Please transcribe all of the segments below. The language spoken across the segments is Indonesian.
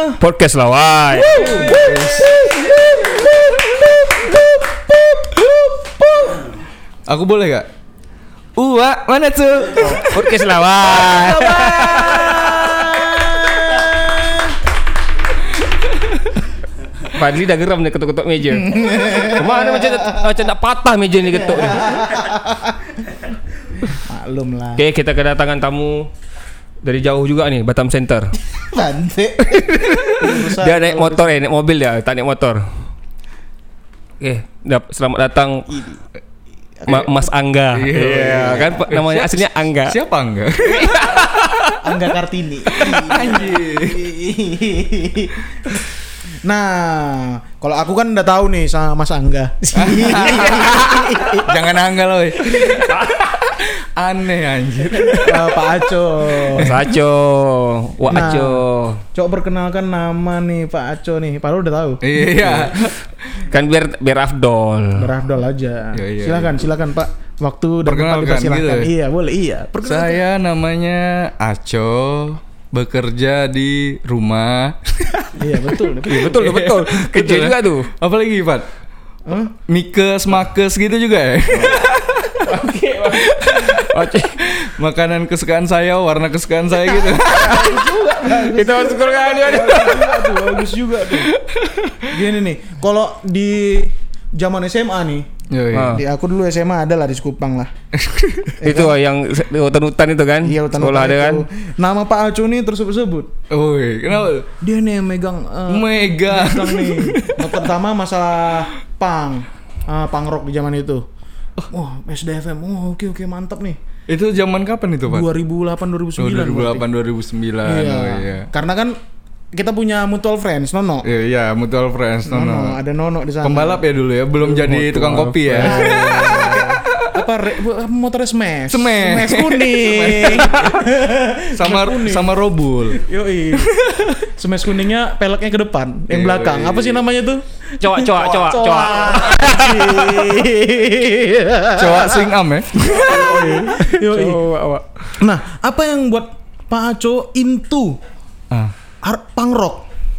Podcast Lawai. Aku boleh gak? Mana tuh? Podcast Lawai. Fadli dah geram nih ketuk-ketuk meja. Kemana macam nak patah meja ni ketuk ni. Maklum lah. Okay, kita kedatangan tamu dari jauh juga nih, Batam Center. Nanti. Dia naik motor naik mobil dia, tak naik motor. Okay, selamat datang Mas Angga. Iya, kan namanya aslinya Angga. Siapa Angga? Angga Kartini. Anjir. Nah, kalau aku kan udah tahu nih sama Mas Angga. Jangan Angga loh. Aneh anjir. Pak Aco. Mas Aco, Wak Nah, Aco. Coba perkenalkan nama nih Pak Aco nih. Padahal udah tahu. Iya. Kan biar afdol. Berafdol aja. Iya. Silakan Pak. Waktu dan tempat Perkenalkan dipersilakan. gitu ya? Iya, boleh. Iya. Perkenalkan. Saya namanya Aco, bekerja di rumah. Iya, betul. Betul. Kerja Betul, juga tuh. Apa lagi, Pat? Hah? Mikes, makes gitu juga ya? Oke. Makanan kesukaan saya, warna kesukaan saya gitu. Kita masuk ke Bagus juga tuh. Gini nih, kalau di zaman SMA nih, Yoi. Ah. di aku dulu SMA ada lah di Sekupang lah. Itu yang di hutan-hutan itu kan? Iya, hutan Sekolah ada kan? Nama Pak Aco nih terus sebut. Woi, kenapa? Dia nih yang megang Mega. megang nih. Nah, pertama masalah punk rock di zaman itu. Wah, SDFM. Oh, oke mantap nih. Itu zaman kapan itu, Pak? 2008 2009. 2008 2009. Iya. Oh iya. Karena kan kita punya mutual friends, Nono. Iya, mutual friends Nono, ada Nono di sana. Pembalap ya dulu ya, belum jadi tukang kopi ya. Motornya smash Smash. kuning. sama Robul. Yoi. Smash kuningnya peleknya ke depan, yang Yoi. belakang. Apa sih namanya tuh? Coba. Cowok swing arm ya. Yoi. Coba. Nah, apa yang buat Pak Aco into punk rock?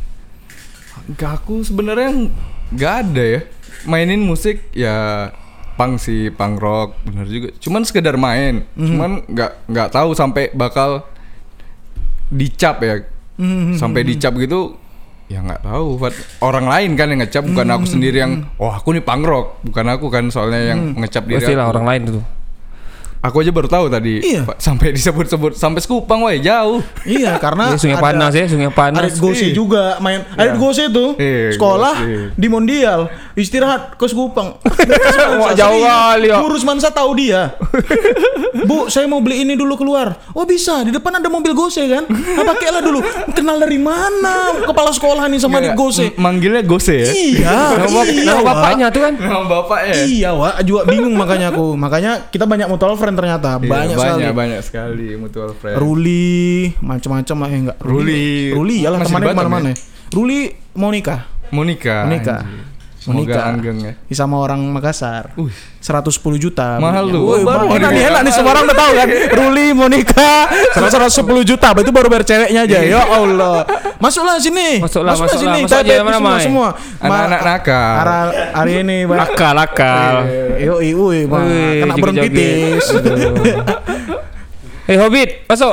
Aku sebenarnya nggak ada ya. Mainin musik ya punk sih, punk rock bener juga. Cuman sekedar main. Cuman nggak tahu sampai bakal dicap ya. Sampai dicap gitu ya nggak tahu. Orang lain kan yang ngecap, bukan aku sendiri yang aku nih punk rock. Bukan aku kan soalnya yang ngecap diri Pastilah aku. orang lain itu. Aku aja baru tahu tadi. Iya. Pak, sampai disebut-sebut sampai Sekupang woi, jauh. Iya, karena Sungai Panas ya, Sungai Panas. Arit Gose Iya. juga main. Arit Gose tuh Iya, sekolah Gose. di Mondial, istirahat ke Sekupang. Wah, jauh kali ya. Guru Mansa tahu dia. Bu, saya mau beli ini dulu keluar. Oh bisa, di depan ada mobil Gose kan? Nah, pakailah dulu. Kenal dari mana? Kepala sekolah nih sama Arit Gose. Manggilnya Gose ya? Iya, Nama Wak. bapaknya tuh kan. Nama bapak ya? Iya, Wak. Juga bingung makanya aku. Makanya kita banyak mutual friend ternyata. Iya, Banyak sekali. banyak sekali mutual friend. Ruli, macam-macam lah ya enggak. Ruli ya lah Masih temannya di Batam kemana-mana. ya? Ruli Monica. Monica. Semoga Monica. langgeng ya. Sama orang Makassar. 110 juta. Mahal tuh. Woi, Baru enak nih, dengar. enak nih, semua orang udah tahu kan. Ruli Monica 110 juta. Itu baru bayar ceweknya aja. Ya Allah. Masuklah sini. Masuklah, sini. masuk aja, mana, Mai? semua. Anak-anak nakal. Hari ini Akal. Yo, kena joget-joget. bronkitis. Hobbit, masuk.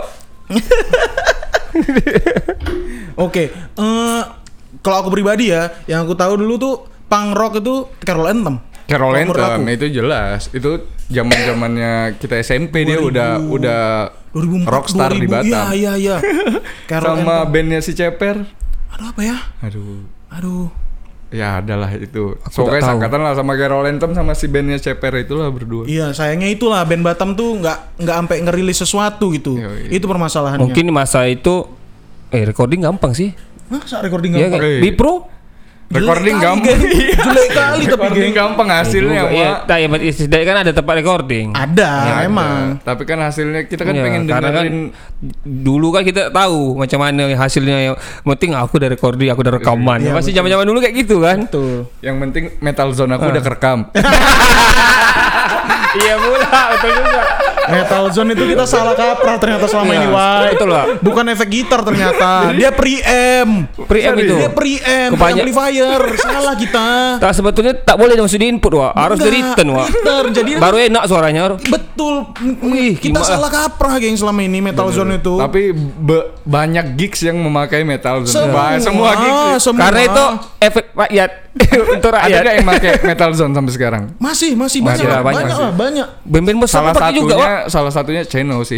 Oke, kalau aku pribadi ya, yang aku tahu dulu tuh punk rock itu Carol Anthem. Carol Kalau menurut Anthem aku. itu jelas. Itu zaman-zamannya kita SMP dia 2000. udah 2004, rockstar di 2000. Batam. Iya. Carol Sama Anthem. bandnya si Ceper. Aduh apa ya? Aduh. Ya adalah itu. Aku tak Pokoknya tahu. sangkatan lah sama Carol Anthem sama si bandnya Ceper itulah berdua. Iya, sayangnya itulah band Batam tuh nggak sampai ngerilis sesuatu gitu. Iya. Itu permasalahannya. Mungkin masa itu recording gampang sih. Hah, saat recording Iya gampang. kan? Eh. Di Pro. Recording Jelek kali, gampang. geng. Jelek kali tapi Recording geng. gampang hasilnya Iya, Mak. tak ya, setidaknya kan ada tempat recording. Ada Ada. emang. Tapi kan hasilnya kita kan Iya, pengen karena kan dengerin. dulu kan kita tahu macam mana hasilnya. Yang penting aku udah recording, aku udah rekaman. Iya, Pasti betul. zaman-zaman dulu kayak gitu kan. Tuh. Yang penting Metal Zone aku udah kerekam. Iya pula, betul juga. Metal Zone itu kita salah kaprah ternyata selama ini, Wai. Betul lah. Bukan efek gitar ternyata. Dia preamp. Preamp itu. Dia preamp, Kebanyak- amplifier. Salah kita. Tak sebetulnya tak boleh langsung di input wah, harus di return wah. Return. Jadi Baru enak suaranya. betul. Wih, Kita gimana? salah kaprah geng selama ini Metal Zone itu. Tapi banyak gigs yang memakai Metal Zone. semua, Semua gigs. semua. Karena itu efek rakyat untuk Ada rakyat. nggak yang pakai Metal Zone sampai sekarang? masih Masih banyak, lah, banyak. banyak lah, banyak. Band-band besar Salah pakai juga wah. salah satunya Cheno sih.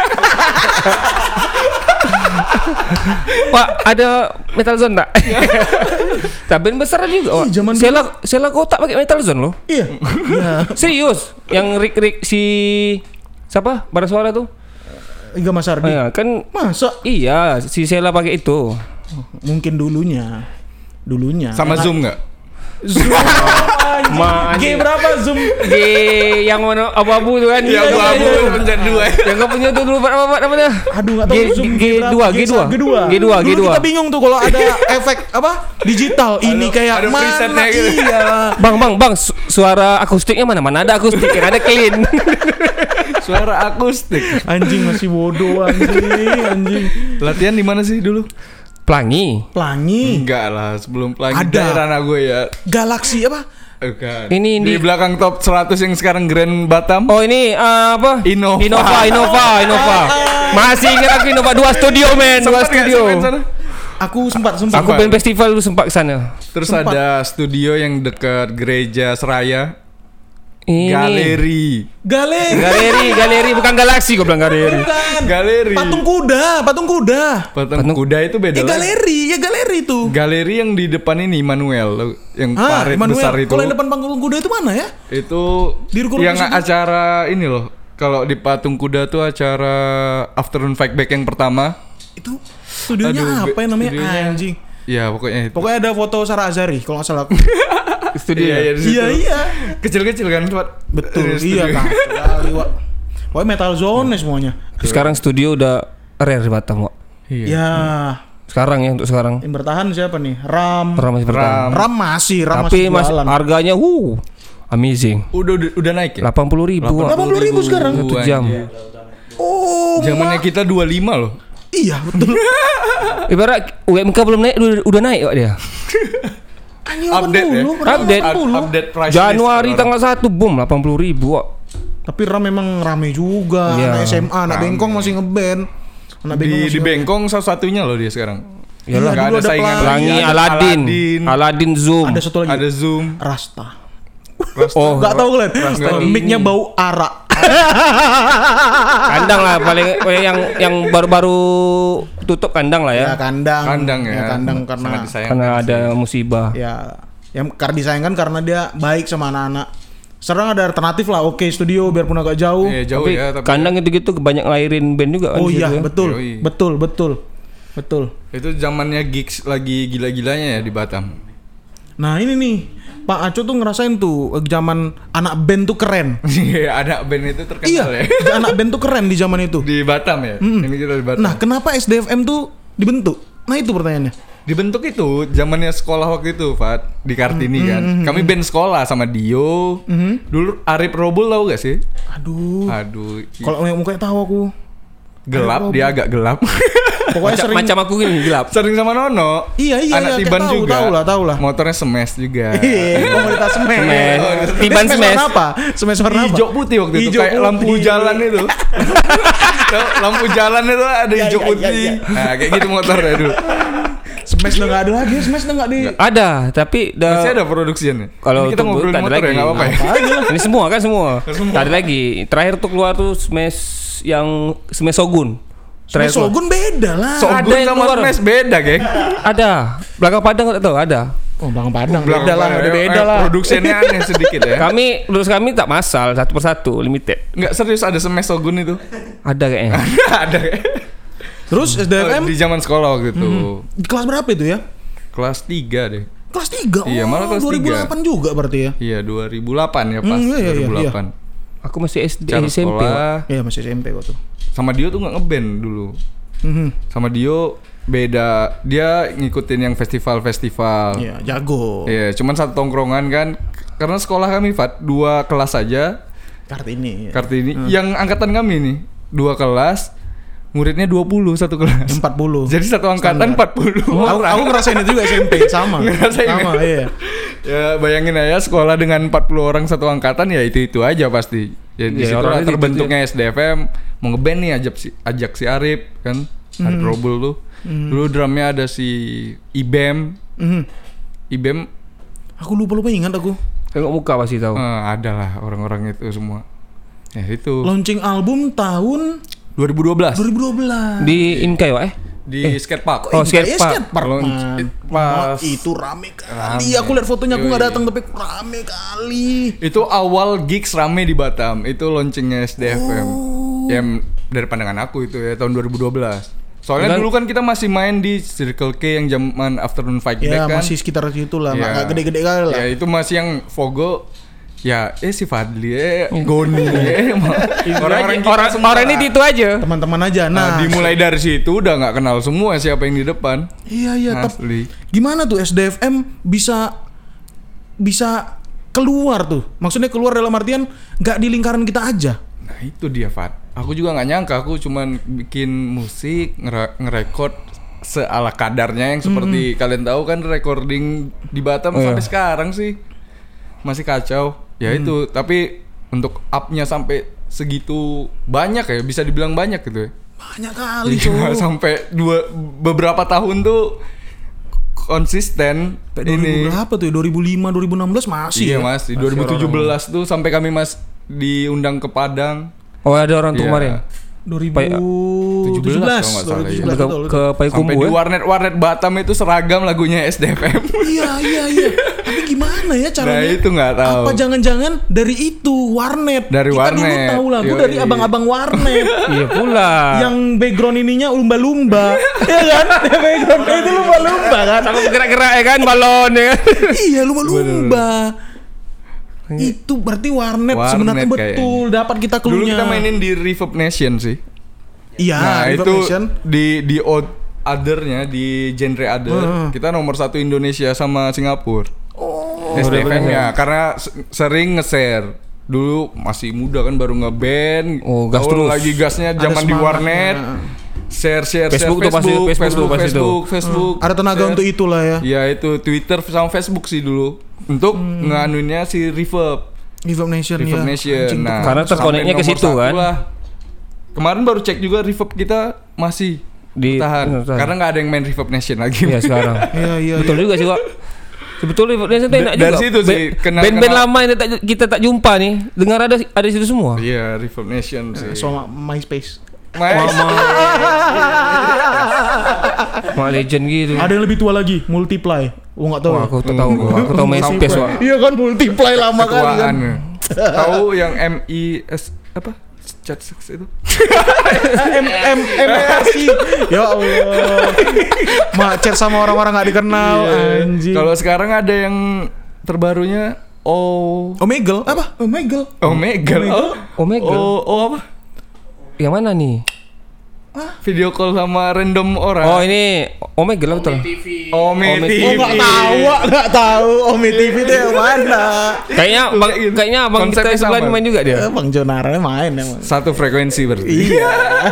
Pak, ada Metal Zone tak? Tak band besar juga wah. Ih, zaman Sela Kotak pakai Metal Zone loh. Iya. Iya. Serius, yang Rick si siapa? Bara suara tuh. Iga Mas Ardi. Ya, kan Masa? iya, si Sela pakai itu. Mungkin dulunya. Sama Zoom nggak? Zoom. G berapa Zoom? G yang mana abu-abu tuh kan? Iya, abu-abu menjadi dua. Yang kau punya tuh dulu apa namanya? Aduh nggak tahu Zoom G2. Dulu kita bingung tuh kalau ada efek apa digital ini kayak ada mana presetnya gitu. iya. Bang, suara akustiknya mana? Mana ada akustik, yang ada clean. Suara akustik. Anjing masih bodoh anjing. Latihan di mana sih dulu? Pelangi. Enggak lah, sebelum Pelangi Ada. daerah gue ya. Galaksi apa? Bukan. Ini di belakang top 100 yang sekarang Grand Batam. Oh ini apa? Innova. Masih ingat aku Innova 2 studio men, 2 Sempet nggak studio. sampai sana? Aku sempat. Aku band festival dulu sempat ke sana. Terus Sempat. ada studio yang dekat Gereja Seraya. Ini Galeri. galeri bukan galaksi gua bilang galeri. Bukan. Galeri. Patung kuda. Patung kuda itu beda lagi. Galeri itu. Galeri yang di depan ini Immanuel yang parit Emmanuel. besar itu. Kalau yang depan patung kuda itu mana ya? Itu Di Ruko-Ruko yang situ. acara ini loh. Kalau di Patung Kuda tuh acara Afternoon Fight Back yang pertama. Itu studionya Aduh, apa ya namanya? studionya- Anjing. Ya pokoknya itu. Pokoknya ada foto Sarah Azhari kalau nggak salah. Studio. Iya, di situ. Iya. Kecil-kecil kan, Pak? Betul. Studio. Iya kan. Kali, Wak. Pokoknya Metal Zone semuanya. Sekarang studio udah rare di Batam, Wak. Iya. Ya. Sekarang ya untuk sekarang. Yang bertahan siapa nih? Ram. Ram masih bertahan. Ram masih Tapi mas jualan. harganya amazing. Udah naik ya? 80.000 Wak. 80.000 sekarang. 1 jam. Oh, Zamannya kita 25 loh. iya betul. Ibarat UMK belum naik udah naik Wak dia. Anjing Update ya? 80, Update. 80. Update price list Januari sekarang. tanggal 1 boom 80.000 Wak. Tapi Ram memang rame juga. Iya. Anak SMA, anak Bengkong masih ngeband. Anak Bengkong Di masih Bengkong salah-satunya loh dia sekarang. Iyalah. Nggak dulu ada ada saingan Pelangi, lagi. Ada Aladdin Zoom. Ada satu lagi. Ada Zoom. Rasta. Oh, Gak tau kalian. Rasta. Mic-nya bau arak. kandang lah paling yang baru-baru tutup kandang lah ya. Ya kandang. Kandang ya. Kandang karena Sangat disayangkan Karena ada sih. musibah. ya yang karena disayangkan karena dia baik sama anak-anak. Sekarang ada alternatif lah. Oke, studio biarpun agak jauh. Iya, jauh Tapi ya, tapi kandang gitu-gitu banyak ngelahirin band juga kan. Oh di iya, situ ya. betul. Yoi. Betul. itu zamannya gigs lagi gila-gilanya ya di Batam. Nah, ini nih. Pak Aco tuh ngerasain tuh zaman anak band tuh keren. Iya, ada band itu terkenal Iya, ya. anak band tuh keren di zaman itu. Di Batam ya. Ini kita di Batam. Nah, kenapa SDFM tuh dibentuk? Nah, itu pertanyaannya. Dibentuk itu zamannya sekolah waktu itu, Fat, di Kartini kan. Kami band sekolah sama Dio. Dulu Arif Robul tahu gak sih? Aduh. Aduh. Kalau yang mukanya tahu aku. Gelap, dia agak gelap. Pokoknya sering Macam aku gini gelap. Sering sama Nono. Iya, Anak kayak Tiban tahu, juga. tahu lah. Motornya Smash juga. Komunitas semen. Tiban Smash Smash. warna apa? Smash warna apa? Hijau putih waktu itu Hijau kayak putih. lampu jalan itu. Tahu, lampu jalan itu ada Ya, hijau ya, putih. ya, ya. Nah, kayak gitu motornya dulu. Smash udah nggak ada lagi. Smash udah nggak di. Ada, tapi Masih ada produksinya. Kalau kita untuk ngobrolin tak ada motor ya lagi. enggak apa-apa ya. Ini semua kan semua. Tak ada lagi. Terakhir tuh keluar tuh Smash yang Smash Shogun. Smash Terakhir keluar. Shogun beda lah. Ada Shogun yang sama keluar. Smash beda, geng. Ada. Belakang Padang tak tahu ada. Oh, Bang Padang. Belakang Beda lah, Padang. udah beda lah. Produksinya aneh sedikit ya. Lulus kami tak masal satu persatu limited. Enggak serius ada Smash Shogun itu. Ada kayaknya. Ada. Terus SDFM Di zaman sekolah waktu itu. di kelas berapa itu ya? Kelas 3 deh. Kelas 3. Iya, malah kelas 2008 juga berarti ya. Iya, 2008 ya pas. Iya, iya, 2008. Aku masih SD Cara SMP. Wak. sekolah. Iya, masih SMP kok tuh. Sama Dio tuh nggak ngeband dulu. Sama Dio beda, dia ngikutin yang festival-festival. Iya, jago. Iya, cuman satu tongkrongan kan. Karena sekolah kami, Fat, 2 kelas aja. Kartini. Yang angkatan kami nih 2 kelas, muridnya 20 satu kelas. 40. Jadi satu angkatan 40. Aku ngerasain itu juga SMP sama. Ngerasain Sama, iya. Ya bayangin aja sekolah dengan 40 orang satu angkatan ya itu aja pasti. Ya di situ orangnya terbentuknya SDFM. Mau ngeband nih ajak si Arif kan. Arif Robul tuh. Dulu drumnya ada si Ibem. Ibem. Aku lupa ingat aku. Tengok muka pasti tahu. Ada lah orang-orang itu semua. Ya itu. Launching album tahun 2012. Di Inkai Di skatepark. Oh, skatepark. Pas itu rame kali. Aku lihat fotonya, aku nggak datang tapi rame kali. itu awal gigs rame di Batam. Itu launchingnya SDFM. Yang dari pandangan aku itu ya tahun 2012. Soalnya dulu kan kita masih main di Circle K yang zaman Afternoon Fight Back kan. Masih sekitar situ lah, nggak gede-gede kali lah. Ya itu masih yang Fogo. Ya, si Fadli, Goni, orang ini itu aja. Teman-teman aja. Nah, dimulai dari situ udah nggak kenal semua siapa yang di depan. Iya. Asli. Gimana tuh SDFM bisa keluar tuh? Maksudnya keluar dalam artian nggak di lingkaran kita aja. Nah itu dia Fat. Aku juga nggak nyangka. Aku cuman bikin musik, ngerekord seala kadarnya yang seperti kalian tahu kan recording di Batam sampai sekarang sih masih kacau. Ya itu, tapi untuk up-nya sampai segitu banyak ya, bisa dibilang banyak gitu ya. Banyak kali sampai beberapa tahun tuh konsisten. Ini berapa tuh? 2005, 2016 masih. Iya, masih. 2017 tuh sampai kami diundang ke Padang. Oh, ada orang tuh kemarin. 2017 ke Payakumbuh. Sampai di warnet Batam itu seragam lagunya SDFM. Iya. Tapi gimana ya caranya? Nah itu nggak tahu. Apa jangan-jangan dari itu warnet? Dari kita warnet. Dulu tahu lagu dari abang-abang warnet. Iya pula. Yang background ininya lumba-lumba. Iya kan? Background itu lumba-lumba kan? Aku gerak-gerak ya kan balon ya. Iya lumba-lumba. Itu berarti warnet sebenarnya betul dapat kita cluenya. Dulu kita mainin di Reverb Nation sih. Iya, nah Reverb itu Nation. di othernya di genre other kita nomor 1 Indonesia sama Singapura. SDFM ya karena sering nge-share. Dulu masih muda kan baru nge-band. Gas terus. Lagi gasnya zaman di warnet. Share Facebook. Ada tenaga untuk itulah ya. Ya itu Twitter sama Facebook sih dulu. Untuk nganuinnya si Reverb Nation. Nah, karena terkoneknya ke situ kan. Kemarin baru cek juga Reverb kita masih tahan. Karena nggak ada yang main Reverb Nation lagi. Iya sekarang. Iya. Betul juga sih, Pak. Sebetulnya Reverb Nation enak juga. Dari situ sih band-band lama yang kita tak jumpa nih, dengar ada di situ semua. Iya, Reverb Nation sih. Sama MySpace. Legend gitu. Ada yang lebih tua lagi, Multiply. Nggak tahu. Aku tahu. Aku tahu MySpace, Pak. Iya kan Multiply lama kali kan. Tahu yang MIS apa? Chat sex itu. MRC. Ya Allah. Chat sama orang-orang nggak dikenal. Anjing. Kalau sekarang ada yang terbarunya Omegle apa? Omegle. Apa? Yang mana nih? Video call sama random orang. Oh ini Omegle betul. Ome TV. Nggak tahu. Ome TV itu yang mana? Kayaknya abang kita sebelah main juga dia. Bang Jonarnya main emang. Satu frekuensi berarti. Iya.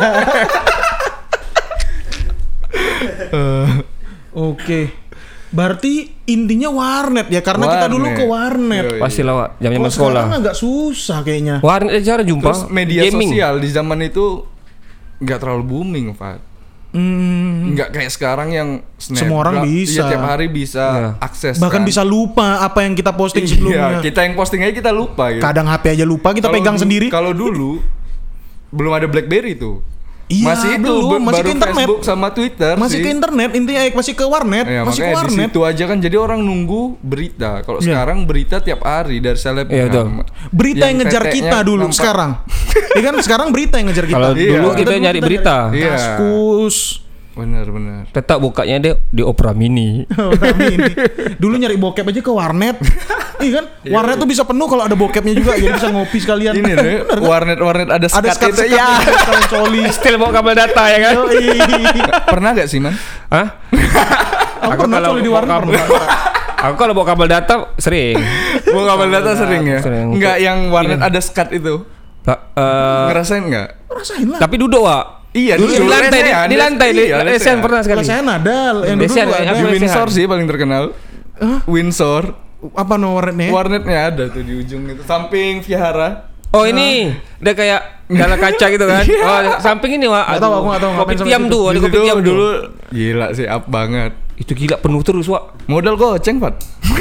Oke. Berarti intinya warnet ya karena kita dulu ke warnet. Pasti lah, zaman sekolah. Sekarang agak susah kayaknya. Warnet aja jumpa. Terus media sosial di zaman itu nggak terlalu booming, Pak. Nggak kayak sekarang yang semua orang bisa. Ya, tiap hari bisa akses. Bahkan bisa lupa apa yang kita posting sebelumnya. Kita yang posting aja kita lupa. Gitu. Kadang HP aja lupa kita pegang sendiri. Kalau dulu belum ada BlackBerry tuh. Iya, masih belum, masih baru ke internet. Facebook sama Twitter masih ke internet, intinya masih ke warnet, ya, masih ke warnet. Di situ aja kan jadi orang nunggu berita. Kalau sekarang berita tiap hari dari selebgram. Berita yang ngejar kita dulu sekarang. Ya kan sekarang berita yang ngejar kita. Kalau dulu kita nyari berita. Kaskus. Benar. Tetap bukanya di Opera Mini. Dulu nyari bokep aja ke warnet. Iya kan? Warnet tuh bisa penuh kalau ada bokepnya juga, jadi bisa ngopi sekalian. Ini deh, warnet ada skat itu ya. Kalian coli. Still bawa kabel data ya kan? Pernah gak sih, Man? Aku pernah coli di warnet. Aku kalau bawa kabel data sering. Gua kabel data sering ya. Enggak yang warnet ada SCAT itu. Ngerasain enggak? Rasain lah. Tapi duduk, Wak. Iya, di lantai, di lantai. Lesehan pernah sekali. Lesehan ada, yang dulu Lesehan, ada. Di Windsor sih paling terkenal. Windsor. Apa warnetnya? Warnetnya ada tuh di ujung itu, samping vihara. Oh ini, udah kayak dalam kaca gitu kan? Oh samping ini Wak. Nggak tahu, aku nggak tahu. Kopi tiam tuh, ada kopi tiam dulu. Gila sih, up banget. Itu gila penuh terus Wak. Modal goceng, Pat.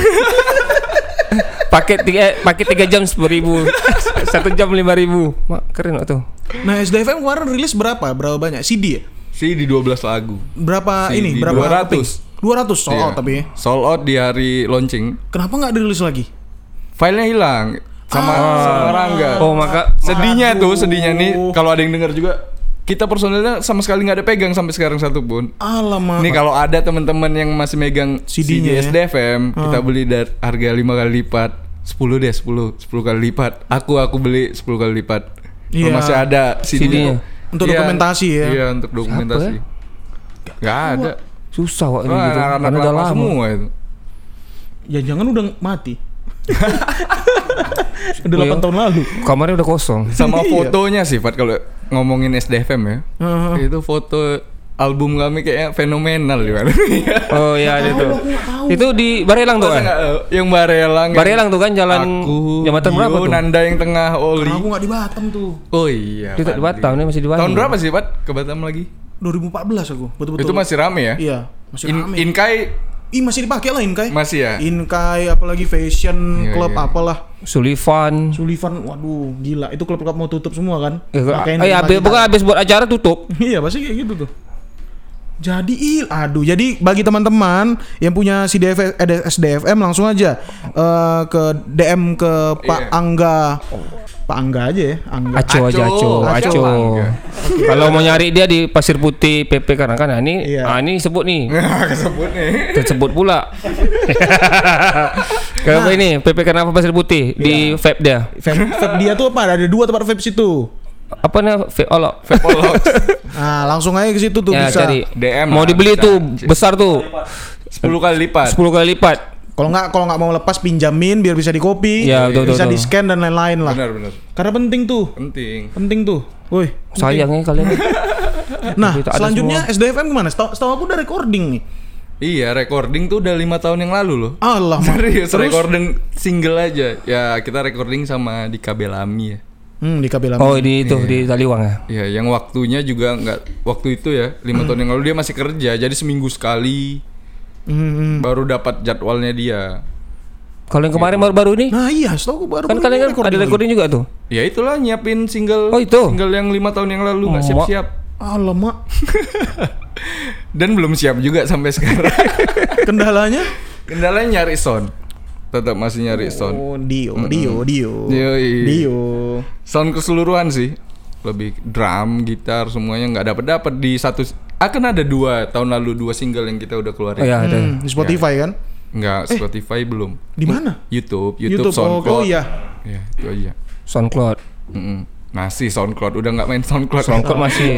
paket 3 jam 10.000, 1 jam 5.000. Mak keren Wak tuh. Nah SDFM kemarin rilis berapa banyak? CD ya? CD 12 lagu. Berapa CD ini? Berapa? 200. 200 sold out tapi ya? Sold out di hari launching. Kenapa nggak dirilis lagi? Filenya hilang sama Rangga. Oh maka sedihnya nih kalau ada yang dengar juga, kita personilnya sama sekali nggak ada pegang sampai sekarang satupun. Alamak. Nih kalau ada teman-teman yang masih megang CD-nya CD SDFM, kita beli dari harga 5 kali lipat, 10 kali lipat. Aku beli 10 kali lipat. Kalau masih ada CD-nya. Untuk dokumentasi ya. Iya, untuk dokumentasi. Nggak ada. Susah Wak ini gitu. Anak-anak udah lama semua itu. Ya jangan udah mati. Udah 8 tahun lalu. Kamarnya udah kosong. Sama fotonya sih Pat, kalau ngomongin SDFM ya. Itu foto album kami kayaknya fenomenal juga. Oh iya itu. Itu di Barelang tuh kan? Yang Barelang. Barelang tuh kan jalan jembatan berapa tuh? Nanda yang tengah Oli. Aku nggak di Batam tuh. Oh iya. Itu di Batam, ini masih di Batam. Tahun berapa sih Pat ke Batam lagi? 2014 aku. Betul-betul. Itu masih rame ya? Iya, masih rame. Inkai masih dipakai lah Inkai. Masih ya? Inkai apalagi fashion club apalah. Sullivan, waduh gila. Itu klub-klub mau tutup semua kan? bukan habis buat acara tutup. Iya, pasti kayak gitu tuh. Jadi bagi teman-teman yang punya SDFM langsung aja ke DM ke Pak Angga. Pak Angga aja ya, Aco. Kalau mau nyari dia di Pasir Putih PP karena kan ini sebut nih. Kesebut nih. Tersebut pula. Kalau ini PP kenapa Pasir Putih di vape dia. Vape dia tuh apa? Ada 2 tempat vape situ. Apa nih vape olok? Nah, langsung aja ke situ tuh bisa. Cari. DM. Mau dibeli tuh besar tuh. 10 kali lipat. Kalau nggak mau lepas pinjamin biar bisa dikopi, bisa di scan dan lain-lain lah. Benar. Karena penting tuh. Woi, sayangnya kalian. Nah, selanjutnya SDFM gimana? Setahu aku udah recording nih. Iya, recording tuh udah 5 tahun yang lalu loh. Allah, serius. Recording single aja. Ya kita recording sama di Kabelami ya. Di Kabelami. Oh di Taliwang ya? Iya, yang waktunya juga nggak waktu itu ya 5 tahun yang lalu dia masih kerja, jadi seminggu sekali. Baru dapat jadwalnya dia. Kalau yang kemarin baru-baru ini? Nah iya, setahu baru. Kan kalian ada recording juga tuh. Ya itulah nyiapin single. Oh itu? Single yang 5 tahun yang lalu nggak siap-siap. Alamak. Dan belum siap juga sampai sekarang. Kendalanya nyari sound. Tetap masih nyari sound. Oh, Dio. Sound keseluruhan sih. Lebih drum, gitar semuanya nggak dapat di satu. Akan ada 2 tahun lalu 2 single yang kita udah keluarin. Oh iya ada. Di Spotify kan? Enggak, Spotify belum. Di mana? YouTube SoundCloud. Oh iya. Ya, itu aja. SoundCloud. Masih SoundCloud, udah nggak main SoundCloud. SoundCloud masih.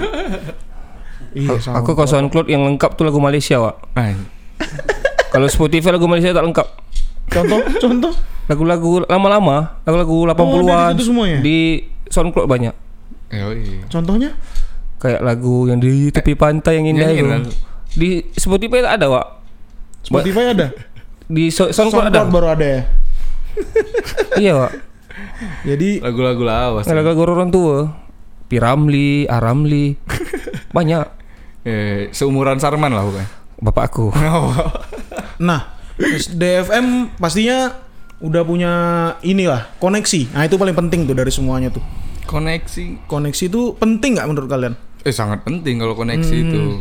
Iya, aku kalau SoundCloud yang lengkap tuh lagu Malaysia, Wak. Kalau Spotify lagu Malaysia tak lengkap. Contoh? Lagu-lagu lama-lama, lagu 80-an. Di semuanya. Di SoundCloud banyak. Contohnya? Kayak lagu yang di tepi pantai yang indah itu. Di Spotify ada, Wak. Spotify ada. Di SoundCloud ada. Baru ada ya. Iya, Wak. Jadi lagu-lagu lawas. Lagu-lagu orang tua. Piramli, Aramli. Banyak. Seumuran Sarman lah bukan? Bapakku. Nah, SDFM pastinya udah punya inilah koneksi. Nah, itu paling penting tuh dari semuanya tuh. Koneksi itu penting nggak menurut kalian? Sangat penting kalau koneksi itu.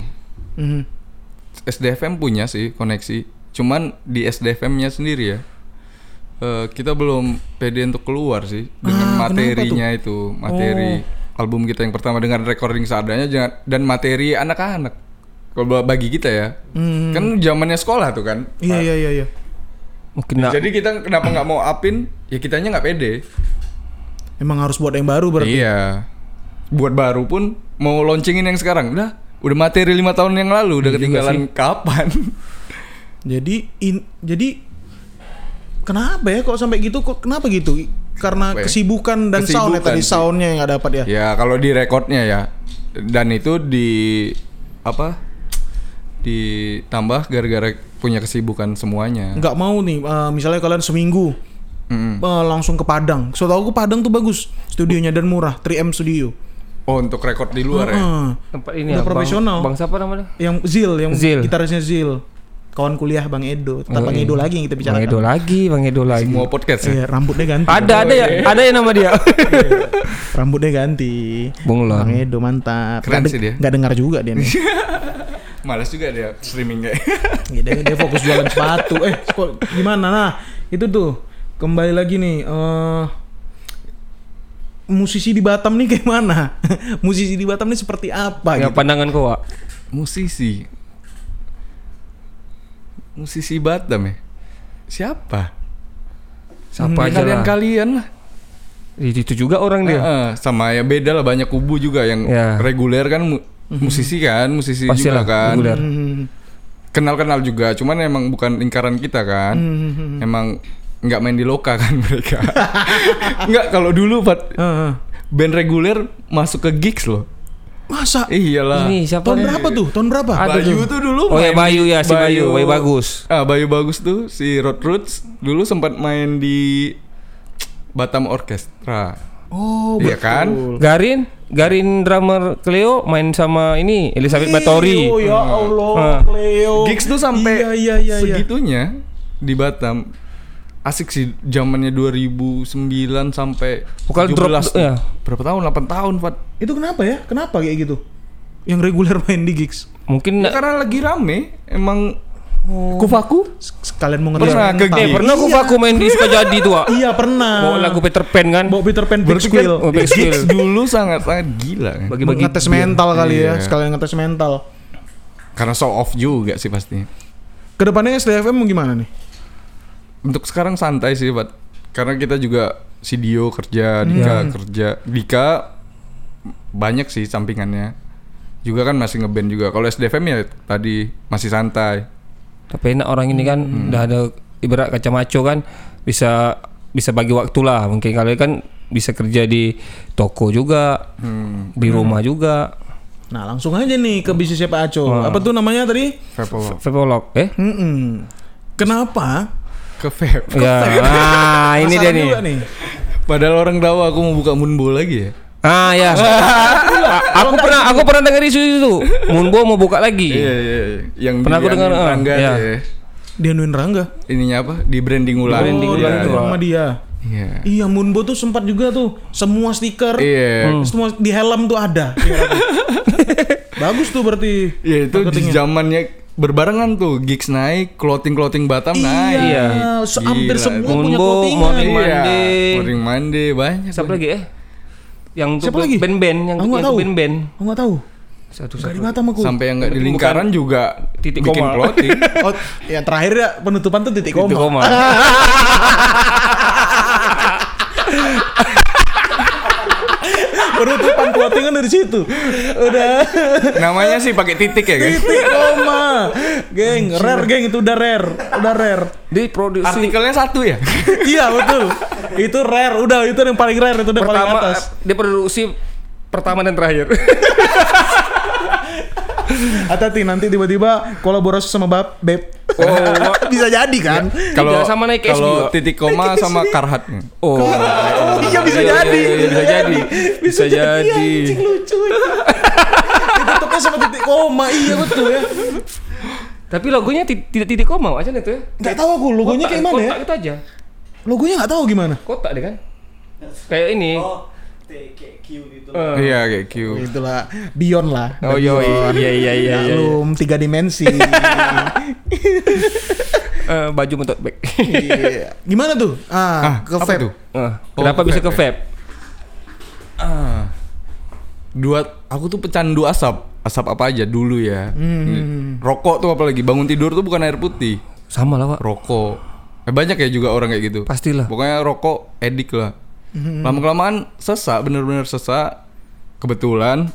SDFM punya sih koneksi. Cuman di SDFM-nya sendiri ya. Kita belum pede untuk keluar sih dengan materinya itu. Materi album kita yang pertama dengan recording seadanya dan materi anak-anak. Kalau bagi kita ya. Kan zamannya sekolah tuh kan. Iya. Mungkin jadi kita kenapa nggak mau upin? Ya kitanya nggak pede. Emang harus buat yang baru berarti. Iya. Buat baru pun mau launchingin yang sekarang udah materi 5 tahun yang lalu udah ketinggalan kapan. Jadi Kenapa ya kok sampai gitu? Kok kenapa gitu? Karena kesibukan dan sound ya tadi, soundnya yang nggak dapat ya. Ya kalau di rekodnya ya, dan itu ditambah gara-gara punya kesibukan semuanya. Nggak mau nih, misalnya kalian seminggu langsung ke Padang. So tau aku Padang tuh bagus studionya dan murah, 3M Studio. Oh, untuk rekod di luar ya? Tempat ini udah ya, profesional. Bang siapa namanya? Yang Zil. Gitarisnya Zil. Kawan kuliah Bang Edo. Tetap Bang Edo lagi yang kita bicarakan. Bang Edo lagi. Semua podcast ya? Iya, rambutnya ganti. Ada ya nama dia. Rambutnya ganti. Bunglon. Bang Edo mantap. Keren sih dia. Nggak dengar juga dia nih. Malas juga dia streaming kayak. Ya, dia fokus jualan sepatu. Gimana? Nah, itu tuh. Kembali lagi nih. Musisi di Batam nih kayak mana? Musisi di Batam nih seperti apa? Ya gitu? pandangan kau, Wak. Musisi Batam ya? Siapa aja lah. Kalian lah. Itu juga orang dia. Sama ya beda lah, banyak kubu juga yang reguler kan musisi Pastilah, juga kan. reguler. Kenal juga, cuman emang bukan lingkaran kita kan. Emang nggak main di loka kan mereka. Nggak, kalau dulu band reguler masuk ke gigs loh. Masa? Iyalah. Ini siapa? Tahun berapa tuh? Tahun berapa? Bayu tuh dulu. Oh ya Bayu ya, si Bayu bagus. Bayu bagus tuh, si Road Roots dulu sempat main di Batam Orchestra. Oh, iya kan? Garin drummer Cleo main sama ini Elizabeth Bathory. Oh ya Allah, Cleo. Gigs tuh sampai iya. segitunya di Batam. Asik sih zamannya 2009 sampai Vokal 17 drop ya. Berapa tahun? 8 tahun, Fat. Itu kenapa ya? Kenapa kayak gitu? Yang reguler main di gigs. Mungkin Ya, karena lagi rame emang. Kufaku Sekalian mau ngetes pernah ke gigs. pernah aku main di Sukajadi tuh, Wak. Iya pernah. Bawa lagu Peter Pan kan. Bawa Peter Pan Big Berarti Squill. Oh, Big Squill. gigs dulu sangat gila kan. Bagi-bagi Ngetes mental kali ya. Iya. Sekalian ngetes mental. Karena show off juga sih pastinya. Kedepannya SDFM mau gimana nih? Untuk sekarang santai sih, Pak. Karena kita juga si Dio kerja, Dika kerja. Dika banyak sih sampingannya. Juga kan masih ngeband juga. Kalau SDFM ya tadi masih santai. Tapi enak orang ini kan udah ada ibarat kaca maco kan, bisa bagi waktu lah. Mungkin kalian kan bisa kerja di toko juga, di rumah juga. Nah, langsung aja nih ke bisnisnya Pak Aco. Apa tuh namanya tadi? Vapolog. Kenapa? Ke vape. Ya, ini dia nih. Juga nih. Padahal orang tahu aku mau buka Moonbo lagi ya. Ya. aku pernah dengar isu itu. Moonbo mau buka lagi. Iya. Yang pernah aku dengar. Rangga Ya. ya. Dia nuin Rangga. Ininya apa? Di branding ulang. Sama dia. Iya. Iya, Moonbo tuh sempat juga tuh semua stiker, Iya. semua di helm tuh ada. Bagus tuh berarti. Iya, itu di zamannya berbarengan tuh gigs naik, clothing Batam naik. Iya. Hampir semua punya Moonbo, clothingan. Morning Iya. Monday. Morning Monday banyak. Siapa lagi Yang Siapa lagi? band-band yang Aku nggak tahu. band-band. Aku nggak tahu. Satu. Gak di Batam aku. Sampai yang nggak di lingkaran juga titik bikin koma. clothing. Oh, yang terakhir ya penutupan tuh titik koma. Titik koma. Penutupan clothingan dari situ. Udah. Namanya sih pakai titik ya, guys. Titik koma. Geng, geng itu udah rare. Di produksi Artikelnya satu ya. Iya, betul. Itu rare, udah itu yang paling rare, itu udah paling atas. dia produksi pertama dan terakhir. Hati-hati nanti tiba-tiba kolaborasi sama Beb. Oh, bisa jadi kan? Kalau sama naik S kalau juga. titik koma sama Karhat. Oh, Iya bisa jadi. Bisa jadi. Bisa jadi. Anjing lucu. Ditutupnya sama titik koma, iya betul ya. Tapi logonya tidak titik koma macam itu ya. Enggak tahu aku logonya kayak mana ya? Kotak itu aja. Logonya enggak tahu gimana. Kotak deh kan. Kayak ini. Q gitu. Iya, kayak Q. Itulah Beyond lah. Oh iya. Belum 3 dimensi. Baju mentot bag. Iya. Gimana tuh? Ke apa vape. tuh? Kenapa ke bisa vape ke vape? Aku tuh pecandu asap apa aja dulu ya. Rokok tuh apalagi bangun tidur tuh bukan air putih, Sama lah, Pak. rokok. Banyak ya juga orang kayak gitu. Pastilah. Pokoknya rokok edik lah. Lama-kelamaan sesak, bener-bener sesak. Kebetulan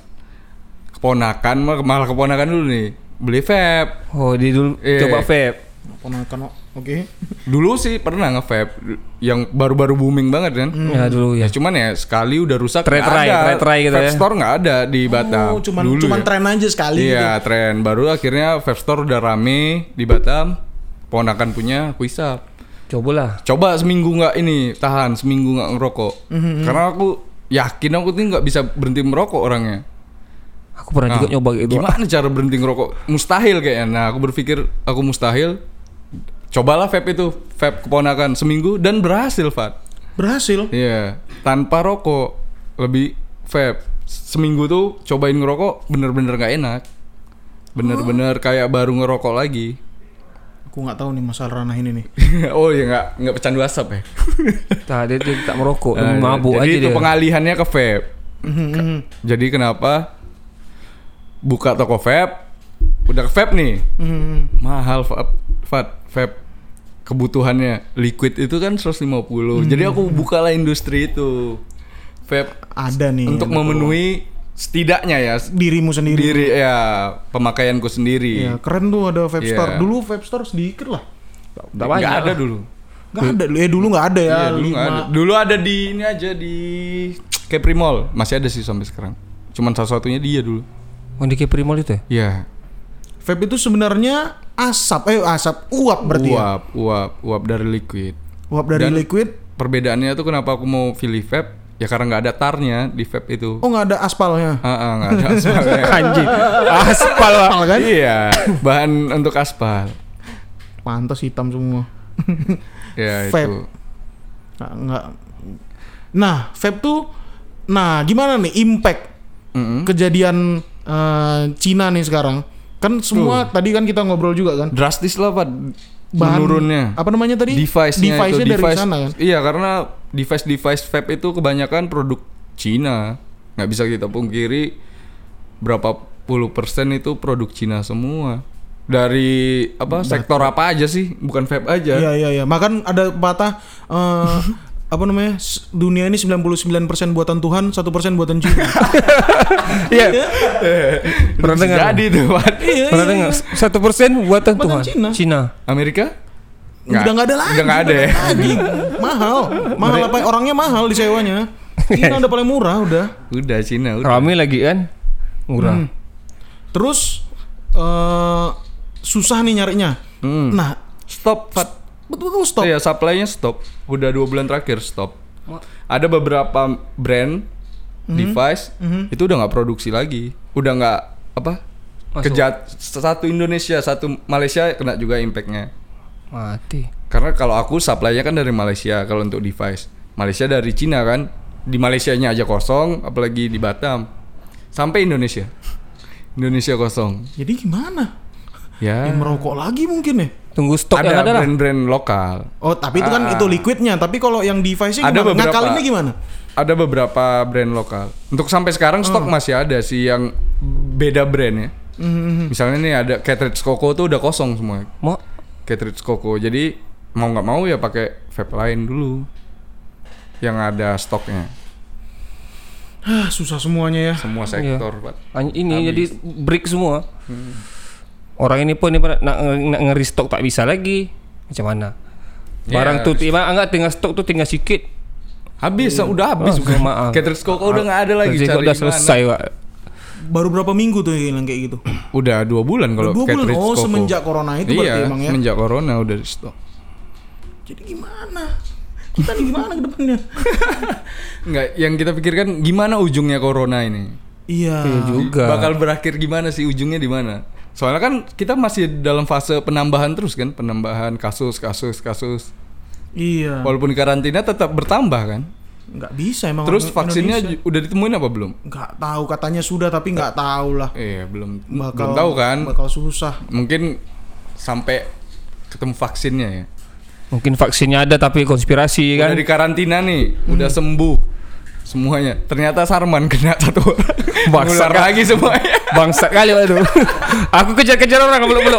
keponakan malah keponakan dulu nih beli vape. Oh, dia dulu Iya. coba vape. Ponakan Oke. Dulu sih pernah nge-vape yang baru-baru booming banget kan. Ya dulu ya. Ya cuman ya sekali udah rusak Try-try gitu vape ya. store nggak ada di Batam. Cuman ya. tren aja sekali Iya, gitu. tren. Baru akhirnya vape store udah rame di Batam. Ponakan punya aku hisap. Coba seminggu nggak ini tahan, seminggu nggak ngerokok. Karena aku yakin aku tuh nggak bisa berhenti merokok orangnya. Aku pernah juga nyoba gitu. Gimana cara berhenti ngerokok? Mustahil kayaknya. Nah, aku berpikir aku mustahil. Cobalah vape itu, vape keponakan seminggu dan berhasil, Fat. Berhasil. Iya, tanpa rokok, lebih vape. Seminggu tuh cobain ngerokok bener-bener gak enak. Bener-bener kayak baru ngerokok lagi. Aku nggak tahu nih masalah ranah ini nih. Oh ya nggak pecandu asap ya. Dia tak merokok, mabuk jadi aja itu dia. pengalihannya ke vape. Jadi kenapa buka toko vape, udah ke vape nih, mahal vape. Kebutuhannya liquid itu kan 150. Jadi aku bukalah industri itu. Vape Ada nih untuk yang memenuhi setidaknya ya dirimu sendiri. pemakaianku sendiri. Ya, keren tuh ada vape Iya. store. Dulu vape store sedikit lah. Udah banyak Nggak ada lah. dulu. Nggak ada. Dulu nggak ada ya. Iya, dulu nggak ada. Dulu ada di ini aja di Capri Mall. Masih ada sih sampai sekarang. Cuman satu-satunya dia dulu. Oh, di Capri Mall itu ya? Iya. Vape itu sebenarnya uap berarti ya. Uap dari liquid. Uap dari Dan liquid. Perbedaannya tuh kenapa aku mau pilih vape? Ya karena nggak ada tarnya di vape itu. Oh, nggak ada aspalnya. Nggak ada aspalnya. Anjing. Aspal lah. Kan? Iya, bahan untuk aspal. Pantas hitam semua. Ya Vape. itu. Nggak. Nah, vape tuh gimana nih impact kejadian Cina nih sekarang? Kan semua tadi kan kita ngobrol juga kan. Drastis lah Pak Bahan- menurunnya. Apa namanya tadi? Device-nya itu, dari sana kan. Iya, karena device vape itu kebanyakan produk Cina. Nggak bisa kita pungkiri berapa puluh persen itu produk Cina semua. Dari sektor apa aja sih? Bukan vape aja. Iya. Makan ada pepatah apa namanya? Dunia ini 99% buatan Tuhan, 1% buatan Cina. Iya. Pernah dengar? Jadi tuh, Pak. Iya. Pernah dengar? 1% buatan Buatan Tuhan. Cina. Amerika? Udah nggak ada lagi. Udah nggak ada ya. Lagi. Mahal apa? Orangnya mahal disewanya. Cina udah paling murah udah. Udah Cina udah. Rame lagi kan? Murah. Terus susah nih nyarinya. Nah, Stop, Fat. betul stop. Iya, supply-nya stop. Udah 2 bulan terakhir stop. Ada beberapa brand device itu udah nggak produksi lagi. Udah nggak Masuk. satu Indonesia, satu Malaysia kena juga impact-nya. Mati. Karena kalau aku supply-nya kan dari Malaysia kalau untuk device. Malaysia dari Cina kan. Di Malaysianya aja kosong, apalagi di Batam. Sampai Indonesia. Indonesia kosong. Jadi gimana? Ya. Yang merokok lagi mungkin ya? Tunggu stok yang Ada ada lah. brand-brand lokal. Oh, tapi itu kan itu liquidnya. Tapi kalau yang device-nya Ada gimana? beberapa. Ngakalinnya gimana? Ada beberapa brand lokal. Untuk sampai sekarang stok masih ada sih yang beda brand ya. Misalnya nih ada cartridge Coco tuh udah kosong semua. Mau Cartridge Coco. Jadi mau nggak mau ya pakai vape lain dulu yang ada stoknya. Susah semuanya ya. Semua sektor, Pak. ini Habis. jadi break semua. Orang ini pun nak nge-restock tak bisa lagi. Macam mana? Barang tuh tiba enggak tinggal stok tuh tinggal sikit. Habis, udah habis. Maaf. Cartridge Coco udah nggak ada lagi. Cartridge Cari udah di selesai, mana. Pak. Baru berapa minggu tuh yang kayak gitu? Udah 2 bulan kalau 2 bulan. cartridge Oh, Coco. semenjak corona itu berarti Iya, emang ya. semenjak corona udah di stok. Jadi gimana? Kita nih gimana ke depannya? Enggak, yang kita pikirkan gimana ujungnya corona ini? Iya. Juga. Bakal berakhir gimana sih, ujungnya di mana? Soalnya kan kita masih dalam fase penambahan terus kan, penambahan kasus. Iya. Walaupun karantina tetap bertambah kan. Nggak bisa emang. Terus orang vaksinnya Indonesia. udah ditemuin apa belum? Nggak tahu, katanya sudah tapi nggak tahu lah. Iya, belum Bakal tahu kan. Bakal susah. Mungkin sampai ketemu vaksinnya ya. Mungkin vaksinnya ada tapi konspirasi kan. Udah di karantina nih, udah sembuh semuanya. Ternyata Sarman kena satu orang. Bangsat Nular kan? lagi semuanya. Bangsat kali waduh. Aku kejar-kejar orang belum.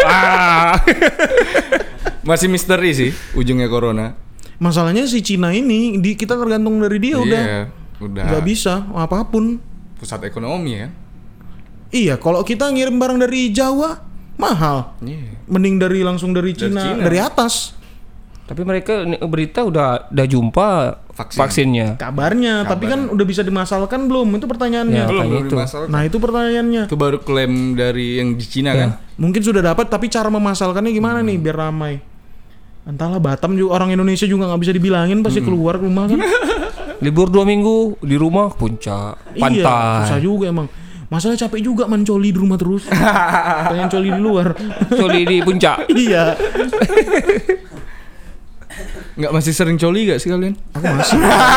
Masih misteri sih ujungnya corona. Masalahnya si Cina ini kita tergantung dari dia Iya, udah. udah Nggak bisa apapun. pusat ekonomi ya. Iya, kalau kita ngirim barang dari Jawa mahal. Iya. Mending langsung dari Cina, Cina. dari atas. Tapi mereka berita udah jumpa vaksinnya. Kabarnya, tapi kan udah bisa dimasalkan belum? Itu pertanyaannya. Ya, belum itu. dimasalkan. Nah, itu pertanyaannya. Itu baru klaim dari yang di Cina kan. Mungkin sudah dapat, tapi cara memasalkannya gimana nih biar ramai? Entahlah, Batam juga orang Indonesia juga nggak bisa dibilangin pasti keluar rumah kan. Libur 2 minggu di rumah puncak pantai. Iya, susah juga emang. Masalah capek juga mencoli di rumah terus. Pengen coli di luar. Coli di puncak. Iya. Nggak masih sering coli gak sih kalian? Aku masih.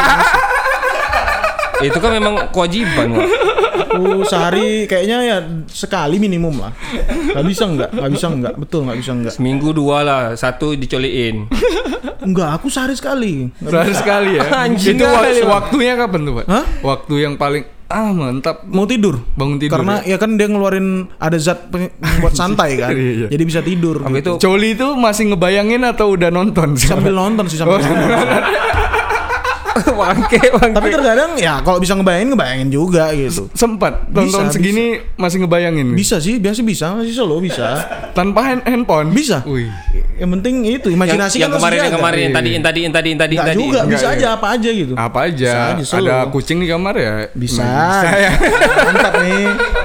Itu kan memang kewajiban, Wak. Aku sehari kayaknya ya sekali minimum lah. Gak bisa enggak. Betul gak bisa enggak. Seminggu 2 lah, 1 dicoliin. Enggak, aku sehari sekali. Sehari sekali ya. Anjing Itu kali, Pak. waktunya kapan tuh, Pak? Hah? Waktu yang paling mantap Mau tidur. bangun tidur. Karena ya kan dia ngeluarin ada zat buat santai kan. Iya. Jadi bisa tidur. Apa gitu. itu? Coli itu masih ngebayangin atau udah nonton sih? Sambil nonton sih sambil nonton. Bangke. Tapi terkadang ya kalau bisa ngebayangin juga gitu. Sempat tonton Bisa, segini masih ngebayangin. Bisa sih, biasa bisa, masih solo bisa. Tanpa handphone. Bisa. Wih. Yang penting itu imajinasi yang kan kemarin harus dijaga. yang tadi Enggak juga, Enggak, bisa iya. aja apa aja gitu. Apa aja? Bisa aja, solo. Ada kucing di kamar ya? Bisa. ya. Mantap nih.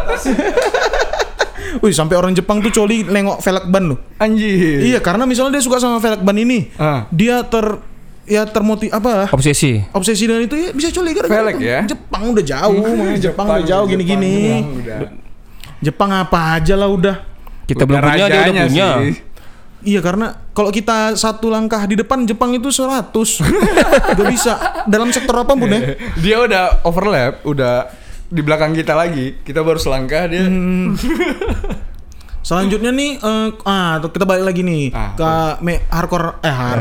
Wih, sampai orang Jepang tuh coli nengok velg ban loh. Anjir. Iya, karena misalnya dia suka sama velg ban ini. Dia termotiv Obsesi. obsesi dengan itu ya bisa coli gara-gara Velg ya? Jepang udah jauh, Jepang udah jauh gini-gini. Jepang apa aja lah udah. Kita belum punya, dia udah rajanya punya. sih. Iya, karena kalau kita satu langkah di depan, Jepang itu 100. Gak bisa dalam sektor apapun ya. Dia udah overlap, udah di belakang kita lagi. Kita baru selangkah dia. Selanjutnya nih kita balik lagi nih ke hardcore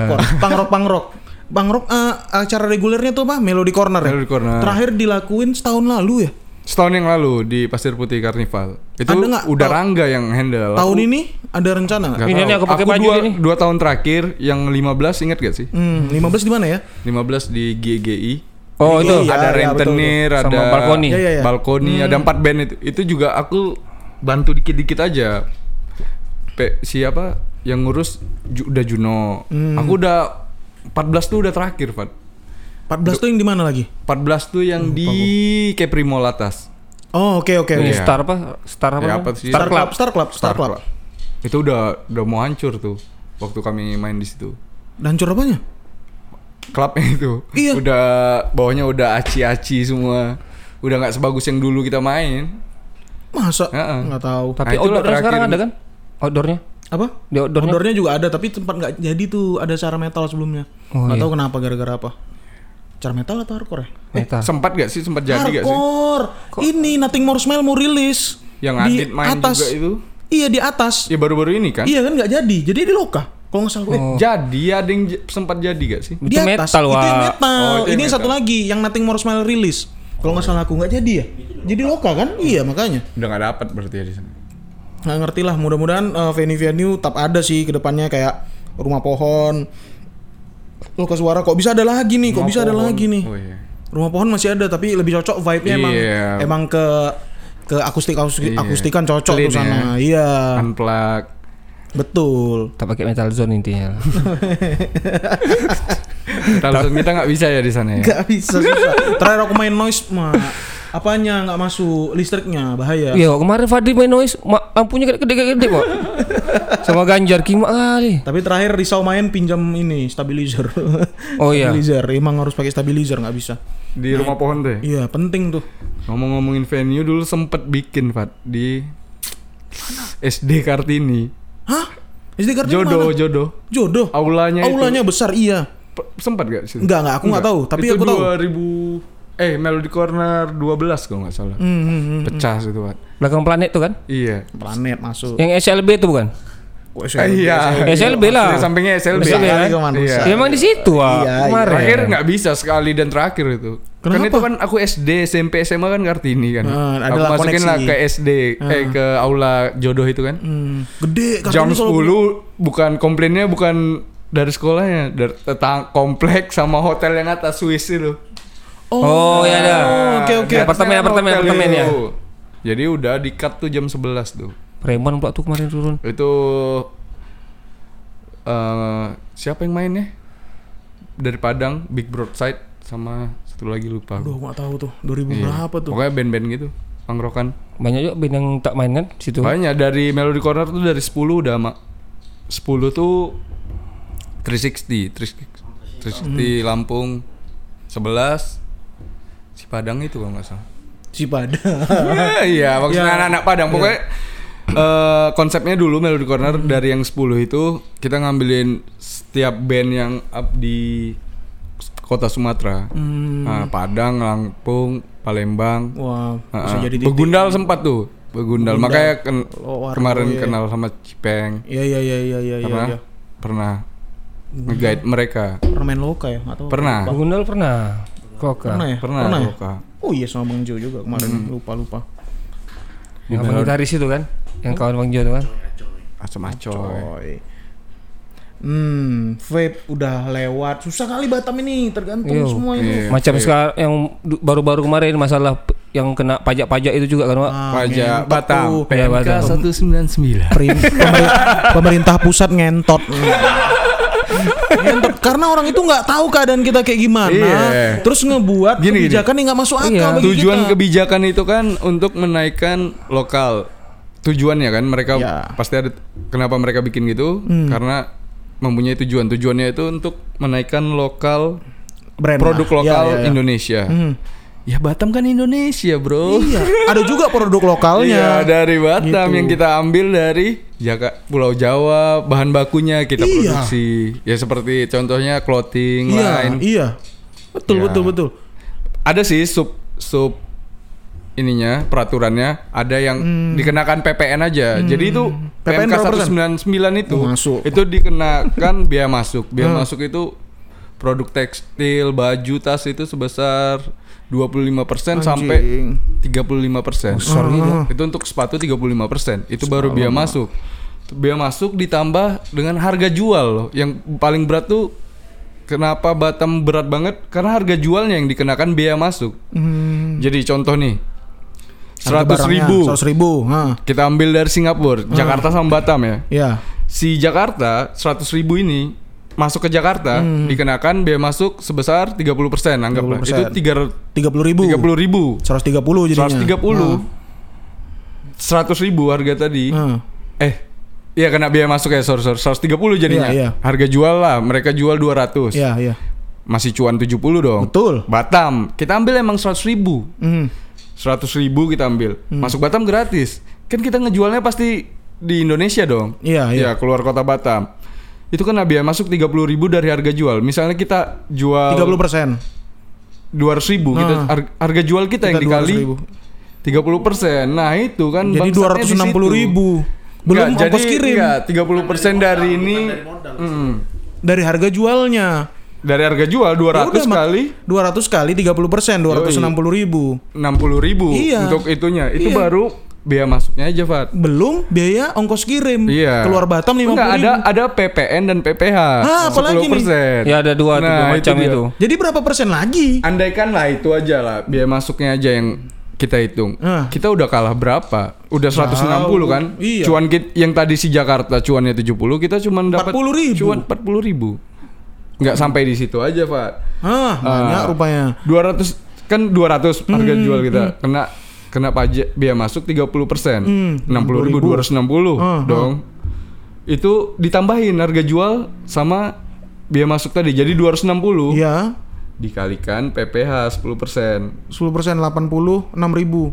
Punk rock acara regulernya tuh apa? Melody Corner ya? Melody Corner. Terakhir dilakuin setahun lalu ya? Setahun yang lalu di Pasir Putih Karnival. Itu Ada nggak udah Rangga yang handle. Tahun ini ada rencana nggak? Ini nih aku pakai baju ini. 2 tahun terakhir yang 15 ingat gak sih? 15 di mana ya? 15 di GGI. Oh, itu. Iya, Ada iya, Rentenir, betul. ada Sama Balkoni. Iya, iya, iya. Balkoni, ada 4 band itu. Itu juga aku bantu dikit-dikit aja. Siapa yang ngurus udah Juno. Aku udah 14 tuh udah terakhir, Fat. 14 tuh yang di mana lagi? 14 tuh yang di Kepri Mall atas. Oh, oke. Ini Iya. Star apa? Star apa? Ya, namanya? apa sih? Star Club. Itu udah mau hancur tuh waktu kami main di situ. Hancur apanya? Klubnya itu. Iya. Udah bawahnya udah aci-aci semua. Udah nggak sebagus yang dulu kita main. Masa? Heeh. Nggak tahu. Tapi Nah, itulah outdoornya sekarang terakhir. ada kan? Outdoornya? Apa? Di outdoornya? Outdoornya juga ada, tapi tempat nggak jadi tuh, ada acara metal sebelumnya. Oh, Nggak iya. tahu kenapa, gara-gara apa? Acara metal atau hardcore ya? Metal. Sempat gak sih? Sempat jadi gak sih? Hardcore. Ini Nothing More Smile mau rilis. Yang di Adit main atas. juga itu. Iya, di atas. Ya baru-baru ini kan? Iya kan nggak jadi. Jadi di Loka. Kalau nggak salah gue. Jadi ada yang sempat jadi gak sih? Di Itu atas. metal, Itu yang Wak. metal. Oh, itu yang Ini metal. satu lagi yang Nothing More Smile rilis. Kalau nggak salah aku nggak jadi ya. Jadi Loka kan? Iya makanya. Udah gak dapet berarti ya di sana. Nggak ngerti lah. Mudah-mudahan venue-venue tetap ada sih ke depannya, kayak Rumah Pohon. Loka Suara kok bisa ada lagi nih? Kok bisa ada lagi nih? Oh iya. Rumah Pohon masih ada, tapi lebih cocok vibe-nya Iya. emang ke Iya. akustikan cocok Clean tuh sana. ya. Iya. Unplug. Betul. Tak pakai metal zone intinya. Langsung kita gak bisa ya di sana ya? Gak bisa, susah. Terakhir aku main noise mah apanya nggak masuk, listriknya bahaya. Iya, kemarin Fadli main noise, lampunya gede-gede, Pak. Sama Ganjar kimak kali. Tapi terakhir Risau main pinjam ini stabilizer. Oh iya. Stabilizer, emang harus pakai stabilizer, nggak bisa. Di Rumah Pohon tuh ya? Iya, penting tuh. Ngomong-ngomongin venue dulu sempet bikin, Fat. Di SD Kartini. Hah? SD Kartini mana? Jodoh. Aulanya besar, iya. Sempat gak sih? Enggak, aku nggak tahu, tapi itu aku tahu. 2000 Melody Corner 12 kalau nggak salah. Pecah situ, Fat. Belakang planet tuh kan? Iya. Planet masuk. Yang SLB tuh bukan? Iya. SLB lah. Di sampingnya SLB. SLB kan? Iya. Ya, emang di situ, Wak. Iya, Kemarin. Terakhir nggak bisa sekali dan terakhir itu. Kan Kenapa? itu kan aku SD, SMP, SMA kan Kartini kan. Ada Aku lah masukin lah koneksi. ke SD, ke aula jodoh itu kan. Gede Kartini Jam kalau 10 bukan komplainnya bukan dari sekolahnya, dari kompleks sama hotel yang atas Swiss itu. Oh, ya ada. Oke. Apartemen ya. Itu. Jadi udah di cut tuh jam 11 tuh. Preman pula tuh kemarin turun. Itu siapa yang mainnya? dari Padang, Big Broadside sama satu lagi lupa. Aduh, gak tahu tuh. 2000 berapa tuh? Pokoknya band-band gitu, punk rockan. Banyak juga band yang tak main kan situ. Banyak dari Melody Corner tuh dari 10 udah 10 tuh 360 Lampung, 11 si Padang itu kalau nggak salah. Si Padang. Iya, maksudnya Ya. anak-anak Padang. Pokoknya konsepnya dulu Melody Corner dari yang 10 itu kita ngambilin setiap band yang up di kota Sumatera. Nah, Padang, Lampung, Palembang. Wah, bisa jadi titik. Begundal sempat tuh. Begundal. Makanya kemarin iya. kenal sama Cipeng. Iya. Karena pernah nge-guide mereka. Permain Loka ya? Atau Pernah. Begundal pernah. Koka. Pernah ya? Pernah. ya? Loka. Oh iya sama Bang Jo juga kemarin. Lupa. Yang abang gitaris itu kan, yang kawan Bang Jo itu kan. Asam acoy. Coy. Vape udah lewat. Susah kali Batam ini, tergantung Iya. semua itu. Macam sekarang yang baru-baru kemarin masalah yang kena pajak-pajak itu juga kan, Pak. Pajak ngentot Batam. tuh. Iya, Batam. 199. Pemerintah pusat ngentot. Ngentot karena orang itu nggak tahu keadaan kita kayak gimana. Iya. Terus ngebuat kebijakan yang nggak masuk akal Iya. bagi Tujuan kita. kebijakan itu kan untuk menaikkan lokal. Tujuannya kan mereka Ya. pasti ada kenapa mereka bikin gitu karena mempunyai tujuan. Tujuannya itu untuk menaikkan lokal Brand produk lah. lokal Ya. Indonesia. Ya Batam kan Indonesia, Bro. Iya, ada juga produk lokalnya. Iya, dari Batam Gitu. yang kita ambil dari Pulau Jawa, bahan bakunya kita Iya. produksi. Ya seperti contohnya clothing Iya, lain. iya. Betul, Ya. betul. Ada sih sub ininya peraturannya ada yang dikenakan PPN aja. Jadi itu PPN PMK berapa persen? 199 itu Oh, masuk. itu dikenakan biaya masuk. Biaya masuk itu produk tekstil, baju, tas itu sebesar 25% sampai 35%. Itu untuk sepatu 35%. Itu baru biaya masuk. Biaya masuk ditambah dengan harga jual loh. Yang paling berat tuh kenapa Batam berat banget? Karena harga jualnya yang dikenakan biaya masuk. Jadi contoh nih, 100.000 100.000. kita ambil dari Singapura, Jakarta sama Batam ya. Ya. Si Jakarta 100.000 ini masuk ke Jakarta dikenakan biaya masuk sebesar 30%, anggaplah. 30%. Itu 30.000. 30.000. 130 jadinya. 130. 100.000 harga tadi. Iya kena biaya masuk ya, sorry 130 jadinya. Iya. Harga jual lah, mereka jual 200. Iya. Masih cuan 70 dong. Betul. Batam, kita ambil emang 100.000. 100.000 kita ambil. Masuk Batam gratis. Kan kita ngejualnya pasti di Indonesia dong. Iya. Ya, keluar kota Batam. Itu kan biaya masuk 30.000 dari harga jual. Misalnya kita jual 30%. 200.000, kita harga jual kita yang dikali 30%. Nah, itu kan Jadi bangsatnya di situ. 260.000. Belum Enggak, ongkos kirim. 30% dari ini Dari harga jualnya. dari harga jual 200 Ya udah, kali 200 kali 30%, 260.000. 60.000 Iya. untuk itunya. Itu Iya. baru biaya masuknya aja, Fat. Belum biaya ongkos kirim. Iya. Keluar Batam 50.000. Enggak, ada PPN dan PPH. Apalagi nih? 10%. Ya ada dua Nah, macam dia. itu. Jadi berapa persen lagi? Andaikan lah itu aja lah biaya masuknya aja yang kita hitung. Kita udah kalah berapa? Udah 160 kan? Iya. Cuan yang tadi si Jakarta cuannya 70, kita cuma dapat 40.000. cuan 40.000. Enggak sampai di situ aja, Pak. Banyak rupanya. 200 kan 200 harga jual kita. Kena pajak biaya masuk 30%. 60.000 260 dong. Itu ditambahin harga jual sama biaya masuk tadi. Jadi 260 Iya. dikalikan PPH 10%. 10% 86.000.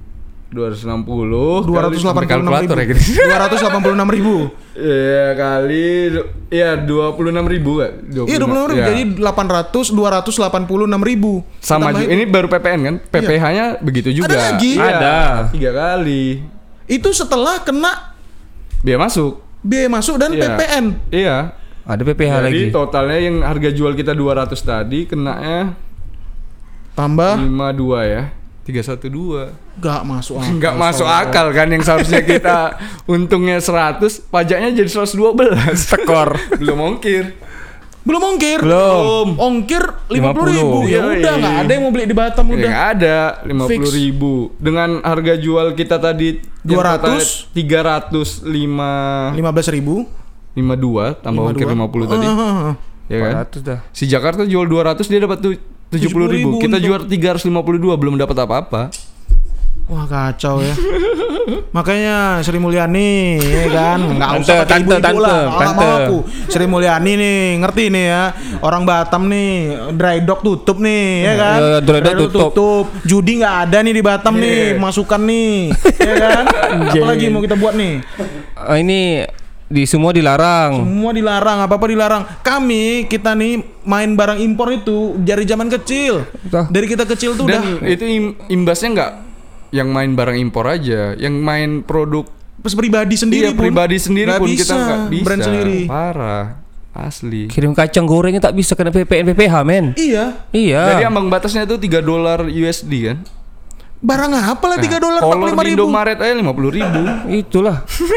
260 286.000. ya gitu. 286.000. Iya kali ya 26.000 kan? Iya 26.000. Ya. Jadi 286.000. Sama juga. Ini baru PPN kan? PPH-nya begitu juga. Ada lagi? Iya, Ada. 3 kali. Itu setelah kena Biaya masuk. biaya masuk dan Iya. PPN. Iya. Ada PPH Jadi lagi. totalnya yang harga jual kita 200 tadi kenanya Tambah 52 ya. 312. gak masuk akal. Enggak masuk akal kan, yang seharusnya kita untungnya 100, pajaknya jadi 112. Tekor. Belum ongkir. Belum ongkir. Belum. Ongkir 50.000. Ya Yoi. udah nggak ada yang mau beli di Batam Ya, udah. nggak ada 50.000 dengan harga jual kita tadi 200, 305 15.000. 52 tambah ongkir 50 tadi. Ya kan? 400 dah. Si Jakarta jual 200 dia dapat 70.000. Kita jual 352 belum dapat apa-apa. Wah kacau ya. Makanya Sri Mulyani ya kan nggak usah pakai ibu-ibu lah. Nggak mau aku. Sri Mulyani nih ngerti nih ya. Orang Batam nih dry dock tutup nih ya kan. Dry dock tutup. Judi nggak ada nih di Batam nih. Masukan nih ya kan. Apalagi mau kita buat nih. Ini semua dilarang. Semua dilarang, apa-apa dilarang. Kita nih main barang impor itu dari zaman kecil. Dari kita kecil tuh Dan udah. itu imbasnya nggak yang main barang impor aja, yang main produk pribadi sendiri pun. Pribadi sendiri nggak pun bisa, kita nggak bisa. Brand sendiri. Parah, asli. Kirim kacang gorengnya tak bisa kena PPN PPH men. Iya. Jadi ambang batasnya itu $3 USD kan. Barang apa lah $3 Kalau 45 di ribu. Indomaret aja 50.000. Itulah.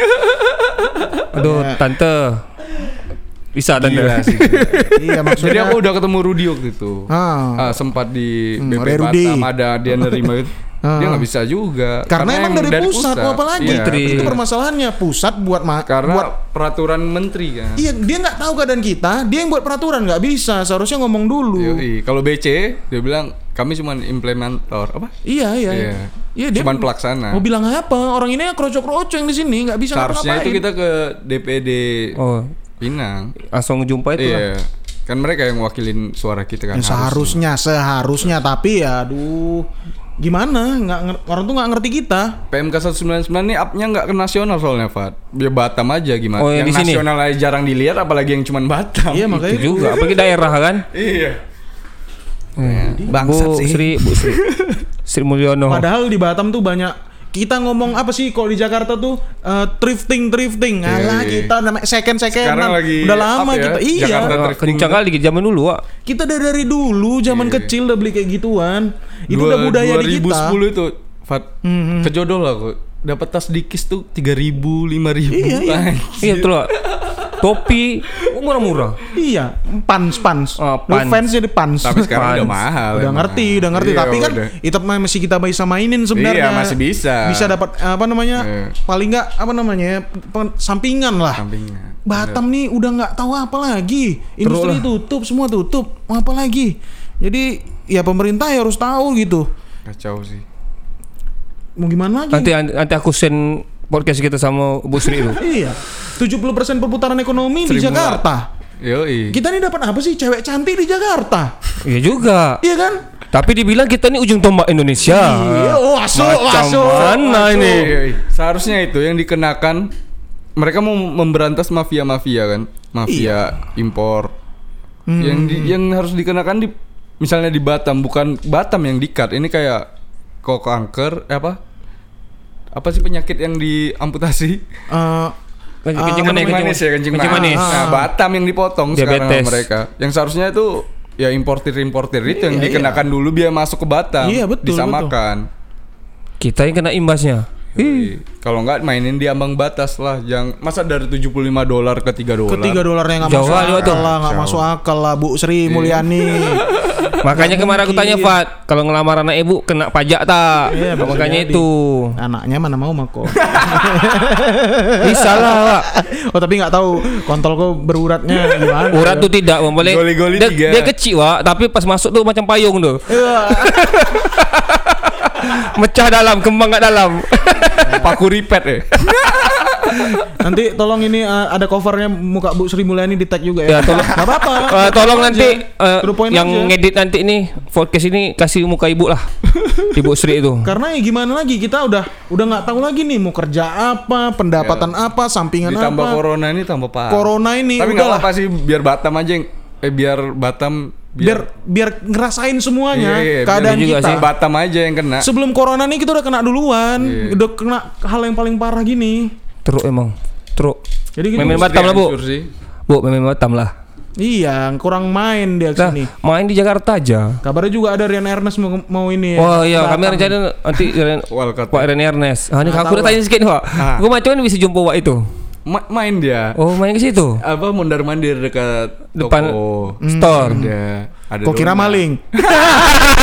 Aduh, tante. Bisa tante. Iya maksudnya. Jadi aku udah ketemu Rudy waktu itu. Sempat di BP Batam ada dia nerima itu. Dia nggak bisa juga. Karena emang dari pusat. Apa lagi? Menteri. Itu permasalahannya pusat buat karena peraturan menteri kan. Iya, dia nggak tahu keadaan kita. Dia yang buat peraturan nggak bisa. Seharusnya ngomong dulu. Kalau BC dia bilang kami cuma implementator apa? Iya. Iya dia cuman pelaksana. Mau bilang apa? Orang ini krocok-krocok yang di sini nggak bisa Seharusnya itu kita ke DPD Pinang. Langsung jumpa itu lah. Kan mereka yang wakilin suara kita kan. Seharusnya tapi ya aduh. Gimana? Orang tuh nggak ngerti kita. PMK 199 ini up-nya nggak ke nasional soalnya, Fat. Dia Batam aja gimana? Yang nasional aja jarang dilihat, apalagi yang cuman Batam. Iya makanya itu juga. Apalagi daerah kan? Iya. Bangsat sih. Bu Sri Mulyono. Padahal di Batam tuh banyak. Kita ngomong apa sih kalau di Jakarta tuh thrifting. Alah kita namanya second. Sekarang lagi udah lama ya? kita. Iya. Kencang kali zaman dulu, Wak. Kita dari dulu zaman kecil udah beli kayak gituan. Itu udah budaya di kita. 2010 itu, Fat. Kejodol lah kok. Dapat tas dikis tuh 3.000, 5.000. Iya betul, Wak. Topi murah-murah. Iya, pants. Fans jadi pants. Tapi sekarang udah mahal. Udah ngerti. Iya, tapi kan itu masih kita bisa mainin sebenarnya. Iya, masih bisa. Bisa dapat apa namanya? Paling nggak apa namanya? Sampingan lah. Batam nih udah nggak tahu apa lagi. Industri tutup, semua tutup. Mau apa lagi? Jadi ya pemerintah ya harus tahu gitu. Kacau sih. Mau gimana lagi? Nanti aku send podcast kita sama Bu Sri itu. Iya. 70% perputaran ekonomi di Jakarta. Yoi. Kita nih dapat apa sih? Cewek cantik di Jakarta. Iya juga. Iya kan? Tapi dibilang kita nih ujung tombak Indonesia. Iya, masuk. Mana ini? Seharusnya itu yang dikenakan. Mereka mau memberantas mafia-mafia kan, mafia impor. Yang harus dikenakan misalnya di Batam, bukan Batam yang di-cut. Ini kayak kanker apa sih penyakit yang diamputasi? Kencing manis. Kencing manis. Nah, Batam yang dipotong Diabetes. sekarang mereka. Yang seharusnya itu ya importir itu yang dikenakan dulu biar masuk ke Batam. Iya, betul, disamakan. Kita yang kena imbasnya. Kalau nggak mainin di ambang batas lah. Masa dari $75 ke $3? Ke $3 yang nggak masuk akal lah, nggak masuk akal lah Bu Sri Mulyani. Makanya kemarin aku tanya Fat, kalau ngelamar anak ibu kena pajak tak? Iya, makanya itu. Anaknya mana mau mako. Bisa lah, Pak. Oh tapi nggak tahu kontol kok beruratnya gimana. Urat tuh tidak, boleh. Goli-goli Dia kecil, Wak, tapi pas masuk tuh macam payung tuh. Mecah dalam, kembang nggak dalam. Paku ripet ya. Nanti tolong ini ada covernya muka Bu Sri Mulyani di tag juga ya. Ya tolong. Gak apa-apa. Tolong nanti yang aja. ngedit nanti ini podcast ini kasih muka ibu lah. Ibu Sri itu. Karena ya gimana lagi, kita udah nggak tahu lagi nih mau kerja apa, pendapatan apa, sampingan ditambah apa. corona ini tambah parah. Corona ini tapi nggak apa sih, biar Batam aja yang biar ngerasain semuanya keadaan juga kita. Sih. Batam aja yang kena. Sebelum corona nih kita udah kena duluan, udah kena hal yang paling parah gini. Teruk emang, teruk. Jadi gitu. Main Batam lah Bu. Bu main Batam lah. Iya, kurang main dia sini. Main di Jakarta aja. Kabarnya juga ada Rian Ernest mau ini. Wah iya, kami rencana nanti Pak Rian Ernest. Ini aku udah tanya sedikit nih Pak. Gue macam mana bisa jumpa Pak itu? Main dia. Oh main ke situ? Apa mondar mandir dekat depan toko store. Ada kok kira maling?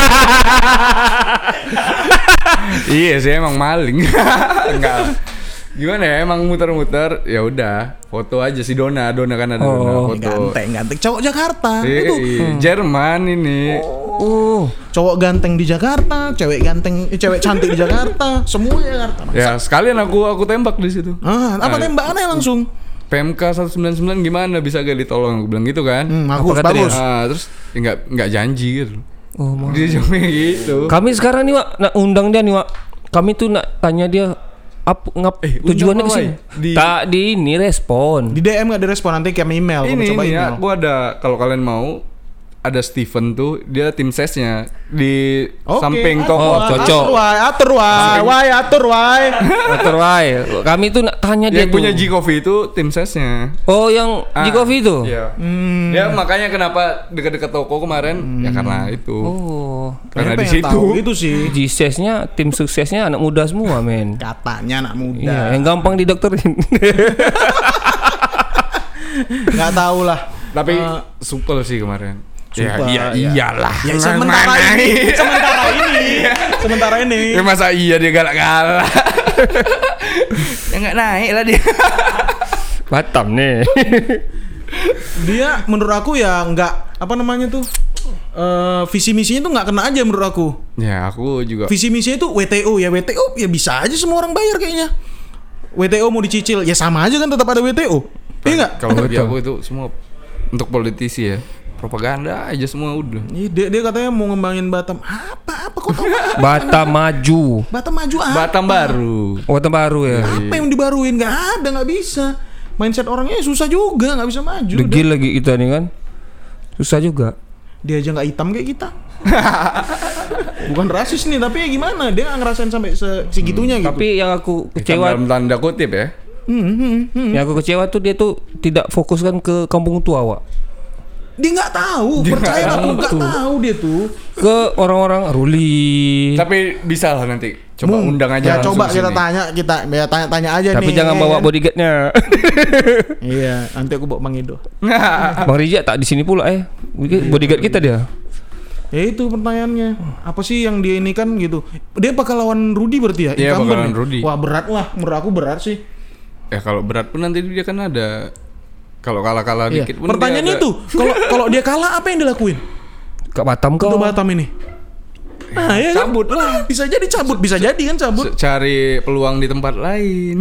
Iya sih emang maling. Enggak. Gimana ya, emang muter-muter ya udah foto aja si Dona kan ada Dona foto. Ganteng cowok Jakarta itu. Jerman ini. Cowok ganteng di Jakarta, cewek cantik di Jakarta, semua Jakarta. Ya sekalian aku tembak di situ. Apa tembakannya langsung? PMK 199 gimana bisa gak ditolong? Aku bilang gitu kan. Bagus. Terus ya nggak janji gitu. Dia cuma gitu. Kami sekarang nih Wak, nak undang dia nih Wak. Kami tuh nak tanya dia tujuannya ke sini. Tak di ini respon. Di DM enggak direspon, nanti kami email. Ini aku ada, kalau kalian mau ada Steven tuh, dia tim sesnya di samping toko. Cocok. Atur wae. Kami tuh nak tanya dia yang punya G-Coffee itu tim sesnya. Oh, yang G-Coffee itu. Iya. Ya makanya kenapa dekat-dekat toko kemarin ya karena itu. Karena di situ. Gitu sih. G-Sesnya tim suksesnya anak muda semua, men. Katanya anak muda. Iya, yang gampang didokterin. Nggak tahu lah. Tapi supel sih kemarin. Iyalah. Ya, sementara ini. Ya masa iya dia galak-galak. Ya nggak naik lah dia. Batam nih. Dia menurut aku ya nggak visi misinya tuh nggak kena aja menurut aku. Ya aku juga. Visi misinya tuh WTO ya bisa aja semua orang bayar kayaknya. WTO mau dicicil ya sama aja kan tetap ada WTO. Iya nggak? Kalau bagi aku itu semua untuk politisi ya. Propaganda aja semua udah. Dia katanya mau ngembangin Batam. Apa kok tahu? Batam maju apa? Batam baru. Batam baru ya. Apa yang dibaruin? Nggak bisa. Mindset orangnya susah juga, nggak bisa maju. Degil lagi kita nih kan. Susah juga. Dia aja nggak hitam kayak kita. Bukan rasis nih, tapi ya gimana? Dia nggak ngerasain sampai segitunya gitu. Tapi yang aku kecewa dalam tanda kutip ya. Yang aku kecewa tuh dia tuh tidak fokuskan ke kampung tua, Wak. Dia nggak tahu, percaya aku nggak tahu dia tuh ke orang-orang Ruli. Tapi bisa lah nanti coba undang aja. Ya coba kita tanya aja tapi nih. Tapi jangan bawa bodyguardnya. Iya, nanti aku bawa Bang Edo. Bang Rijak tak di sini pula bodyguard kita dia. Ya itu pertanyaannya. Apa sih yang dia ini kan gitu? Dia bakal lawan Rudi berarti ya? Iya, bakal lawan Rudi. Wah berat lah, menurut aku berat sih. Ya kalau berat pun nanti dia kan ada. Kalau kalah dikit pun. Pertanyaannya tuh, kalau dia kalah apa yang dilakuin? Ke Batam kok. Ke Batam ini. Nah, ya cabut kan? lah. Bisa jadi cabut, bisa jadi kan cabut. Cari peluang di tempat lain.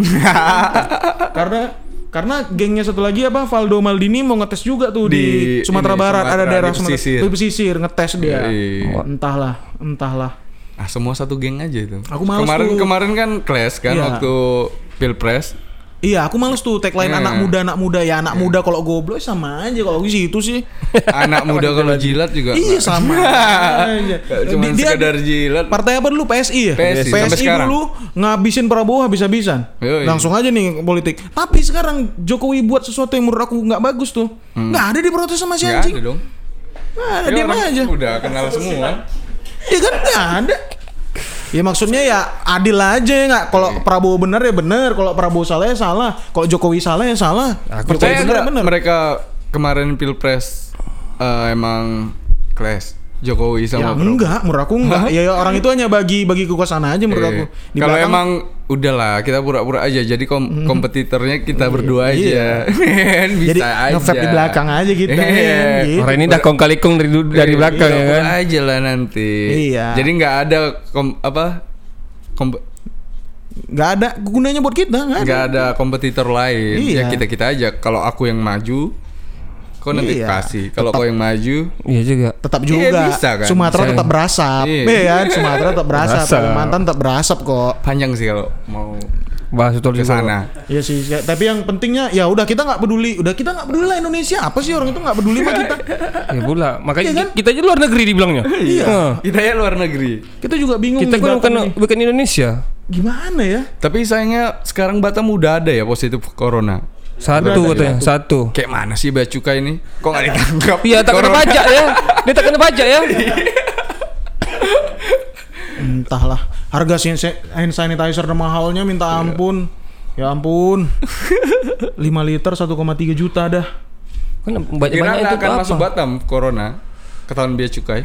Karena gengnya satu lagi Valdo Maldini mau ngetes juga tuh di Sumatera Barat, ada daerah pesisir ngetes dia. Entahlah. Semua satu geng aja itu. Aku males kemarin kan clash kan waktu Pilpres. Iya, aku males tuh tagline anak muda ya anak muda kalau goblok sama aja kalau gitu sih. Anak muda kalau jilat juga. Iya sama aja. Cuma sekedar jilat. Partai apa dulu? PSI ya? PSI dulu ngabisin Prabowo habis-habisan. Langsung aja nih politik. Tapi sekarang Jokowi buat sesuatu yang menurut aku nggak bagus tuh. Nggak ada diprotes sama si anjing. Nggak ada dong. Nggak ada, diam aja. Udah kenal semua. Iya kan nggak ada. Ya maksudnya ya adil aja ya nggak. Kalau Prabowo benar ya benar, kalau Prabowo salah ya salah, kalau Jokowi salah ya salah. Percaya benar mereka kemarin Pilpres emang clash Jokowi sama Prabowo? Enggak, menurut aku enggak. Ya orang itu hanya bagi kekuasaan aja menurut aku. Kalau emang udahlah kita pura-pura aja jadi kompetitornya kita berdua aja. Bisa jadi aja. nge-vape di belakang aja kita. Gitu. Orang ini dah kong kali kong dari belakang ya kan. Aja lah nanti. Iya. Jadi nggak ada nggak ada gunanya buat kita, nggak ada kompetitor lain. Iya. Ya kita aja. Kalau aku yang maju, kau nanti kasih. Kalau kau yang maju, iya juga. Tetap juga. Bisa, kan? Sumatera tetap berasap. Iya, Sumatera tetap berasap. Kalimantan tetap berasap kok. Panjang sih kalau mau bahas itu ke sana. Iya sih. Tapi yang pentingnya ya udah kita nggak peduli. Lah Indonesia. Apa sih orang itu nggak peduli sama kita? Ya pula. Makanya kita aja luar negeri dibilangnya. Iya. Kita ya luar negeri. Kita juga bingung. Kita kan bukan Indonesia. Gimana ya? Tapi sayangnya sekarang Batam udah ada ya positif corona. Satu katanya, satu. Kayak mana sih Bea Cukai ini? Kok nggak ditangkap? Iya, tak kena pajak ya. Dia tak kena pajak ya. Entahlah. Harga hand sanitizer mahalnya minta ampun. Ya ampun. 5 liter 1,3 juta dah. Kan banyak itu akan apa? masuk Batam corona. Ketahuan bea cukai.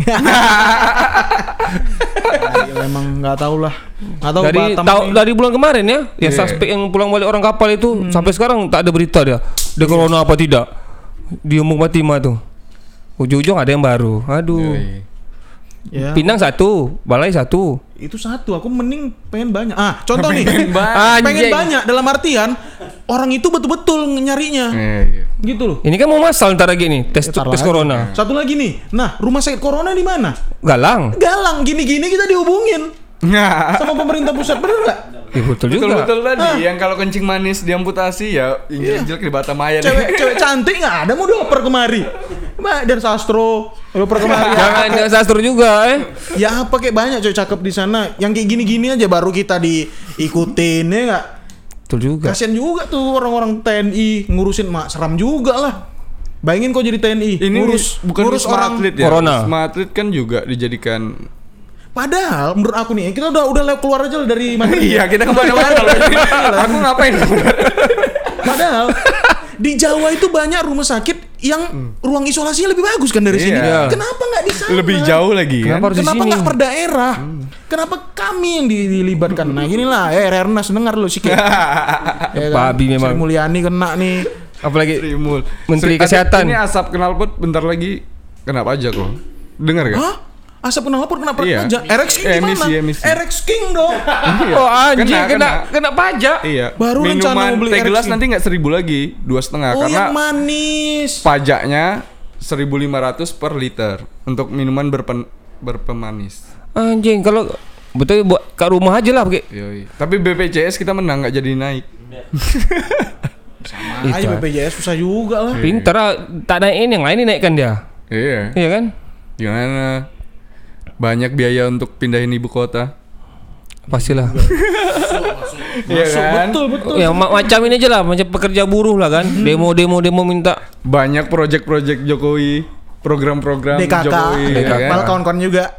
Ya, memang nggak tahu lah. Nggak tahu dari bulan kemarin ya, yang suspek yang pulang balik orang kapal itu sampai sekarang tak ada berita dia corona apa tidak. Diumum Fatimah tuh. Ujung-ujung ada yang baru. Aduh. Ya. Pinang 1, Balai 1. Itu 1, aku mending pengen banyak. Contoh nih. Anjing. Pengen banyak dalam artian orang itu betul-betul nyarinya. Gitu loh. Ini kan mau masal ntar lagi nih tes corona. Satu lagi nih. Nah, rumah sakit corona di mana? Galang. Gini-gini kita dihubungin sama pemerintah pusat, bener nggak? Ya, betul juga. Betul tadi. Yang kalau kencing manis diamputasi ya injek di bata maya. Cewek cantik nggak ada mau dioper kemari. Dan sastro dioper kemari. Jangan sastro juga Ya apa kayak banyak cewek cakep di sana. Yang kayak gini-gini aja baru kita diikutin ya nggak? Betul juga. Kasian juga tuh orang-orang TNI ngurusin seram juga lah. Bayangin kok jadi TNI ngurus orang atlet ya. Corona. Wisma Atlet kan juga dijadikan. Padahal menurut aku nih kita udah keluar aja dari mana. Iya, kita kemana-mana loh. Aku ngapain? Padahal di Jawa itu banyak rumah sakit yang ruang isolasinya lebih bagus kan dari sini. Kenapa nggak di sana? Lebih jauh lagi kan? Kenapa nggak per daerah? Kenapa kami yang dilibatkan? Nah inilah Ernest dengar lo sih Babi memang. Sri Mulyani kena nih. Apalagi Menteri Kesehatan. Ini asap knalpot bentar lagi kena pajak loh. Dengar gak? Hah? Asap knalpot kena pajak? RX King gimana? Emisi. RX King dong. Oh anjing kena pajak. Iya. Baru rencana mau beli teh gelas RX nanti nggak 1.000 lagi, 2,5 karena yang manis. pajaknya 1.500 per liter untuk minuman berpemanis. Anjing kalau betul buat kat rumah aja lah pakai. Tapi BPJS kita menang nggak jadi naik. Sama aja BPJS susah juga lah. Pintar lah, tak naikin yang lain dinaikkan dia. Iya kan? Gimana? Banyak biaya untuk pindahin ibu kota. Pastilah. Iya kan? Betul. Ya macam ini aja lah, macam pekerja buruh lah kan. Demo minta. Banyak project Jokowi, program-program DKK, Jokowi. malah kawan-kawan juga.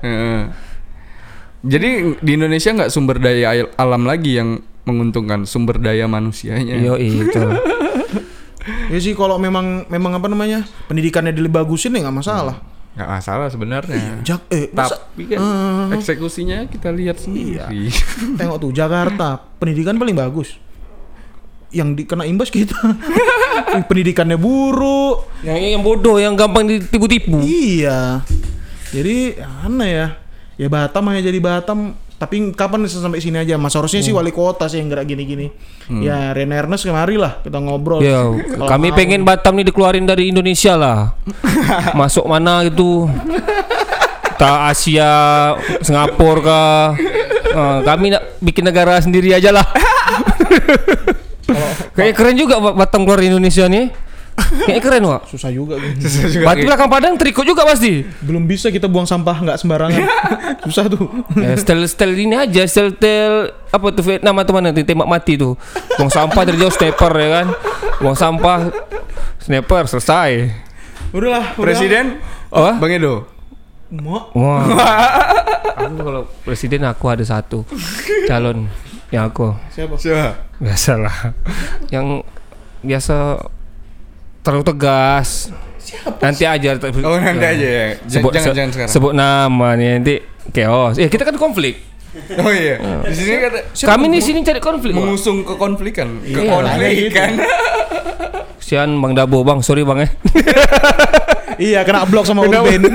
Jadi di Indonesia nggak sumber daya alam lagi yang menguntungkan, sumber daya manusianya. Itu. Ya sih kalau memang apa namanya pendidikannya dibagusin ya nggak masalah. Nggak masalah sebenarnya. Tapi kan eksekusinya kita lihat sendiri. Tengok tuh Jakarta pendidikan paling bagus. Yang kena imbas kita. Pendidikannya buruk. Yang bodoh, yang gampang ditipu-tipu. Iya. Jadi aneh ya. Ya Batam hanya jadi Batam. Tapi kapan bisa sampai sini aja? Mas harusnya sih wali kota sih yang gerak gini-gini. Ya Ren Ernest kemari lah kita ngobrol. Ya, kami pengen Batam nih dikeluarin dari Indonesia lah. Masuk mana gitu? Tak Asia, Singapura kah? Kami nak bikin negara sendiri aja lah. Kayak keren juga Batam keluar dari Indonesia nih. Kayaknya keren Wak. Susah juga. Batu belakang Padang terikut juga pasti. Belum bisa kita buang sampah nggak sembarangan. Susah tuh. Style ini aja, style apa tuh Vietnam atau mana tuh tembak mati tuh. Buang sampah dari jauh sniper ya kan. Buang sampah sniper selesai. Udahlah. Presiden? Bang Edo. Wah. Aku kalau presiden aku ada satu calon yang aku. Siapa? Biasalah. Yang biasa terlalu tegas. Siapa? Nanti aja. Nanti aja ya. Jangan sekarang. Sebut nama nih nanti chaos. Kita kan konflik. Oh iya. Di sini kata kami di sini cari konflik. Mengusung kekonflikan. Sian Bang Dabo, Bang. Sorry Bang ya. Iya, kena blok sama Urban.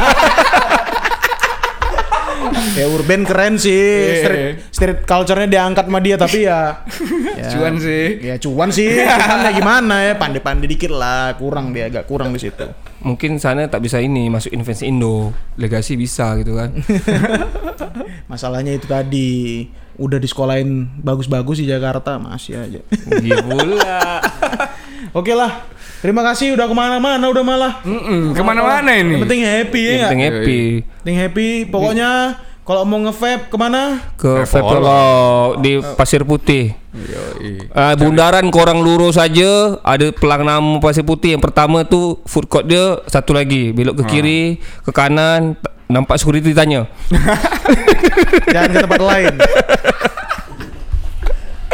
Ya Urban keren sih. Street culture-nya diangkat sama dia tapi ya cuan sih. Ya cuan sih. Cuman ya gimana ya, pandai-pandai dikit lah, kurang dia agak kurang di situ. Mungkin sana tak bisa ini masuk invest Indo, legasi bisa gitu kan. Masalahnya itu tadi udah di sekolahin bagus-bagus di Jakarta masih aja. Iya pula. Oke lah. Terima kasih udah kemana-mana udah malah. Kemana-mana ini. Yang penting happy ya. Yang happy. Penting happy. Pokoknya kalau mau nge-vape kemana? Ke Vapolog di Pasir Putih. Bundaran korang lurus aja ada pelang nama Pasir Putih. Yang pertama tuh food court dia, satu lagi belok ke kiri, ke kanan, nampak security tanya. Jangan ke tempat lain.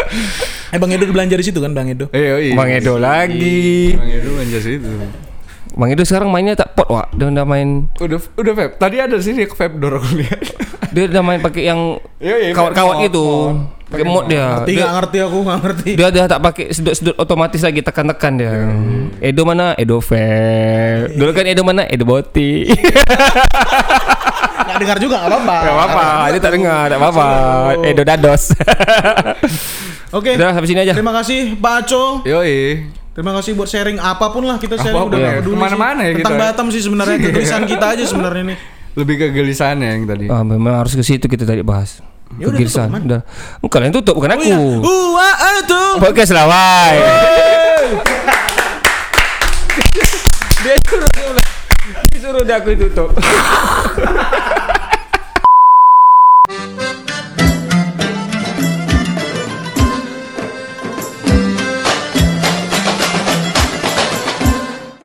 Bang Edo belanja di situ kan Bang Edo? Iya. Bang Edo lagi. Bang Edo belanja situ. Bang Edo sekarang mainnya tak pot wak. Dia udah main. Udah vape. Tadi ada sih dia ke vape door aku lihat. Dia udah main pakai yang Iya, kawat-kawat mod, gitu. Pakai mod dia. Nggak ngerti aku nggak ngerti. Dia udah tak pakai sedot-sedot otomatis lagi, tekan-tekan dia. Edo mana? Edo vape. Dulu kan Edo mana? Edo boti. Nggak dengar juga nggak apa-apa. Gak apa-apa, dia tak dengar, tak apa-apa. Edo dados. Oke. Udah sampai sini aja. Terima kasih Pak Aco. Yoi. Terima kasih buat sharing apapun lah, kita sharing Apapun udah ya. nggak peduli Kemana-mana sih. ya Tentang kita. Batam sih sebenarnya, kegelisahan kita aja sebenarnya nih. Lebih kegelisahannya yang tadi. Memang harus ke situ kita tadi bahas. Ya udah, Kegelisahan. tutup, Man. Udah. Kalian tutup bukan aku. Itu. Podcast lah, wai. Dia suruh dia aku tutup.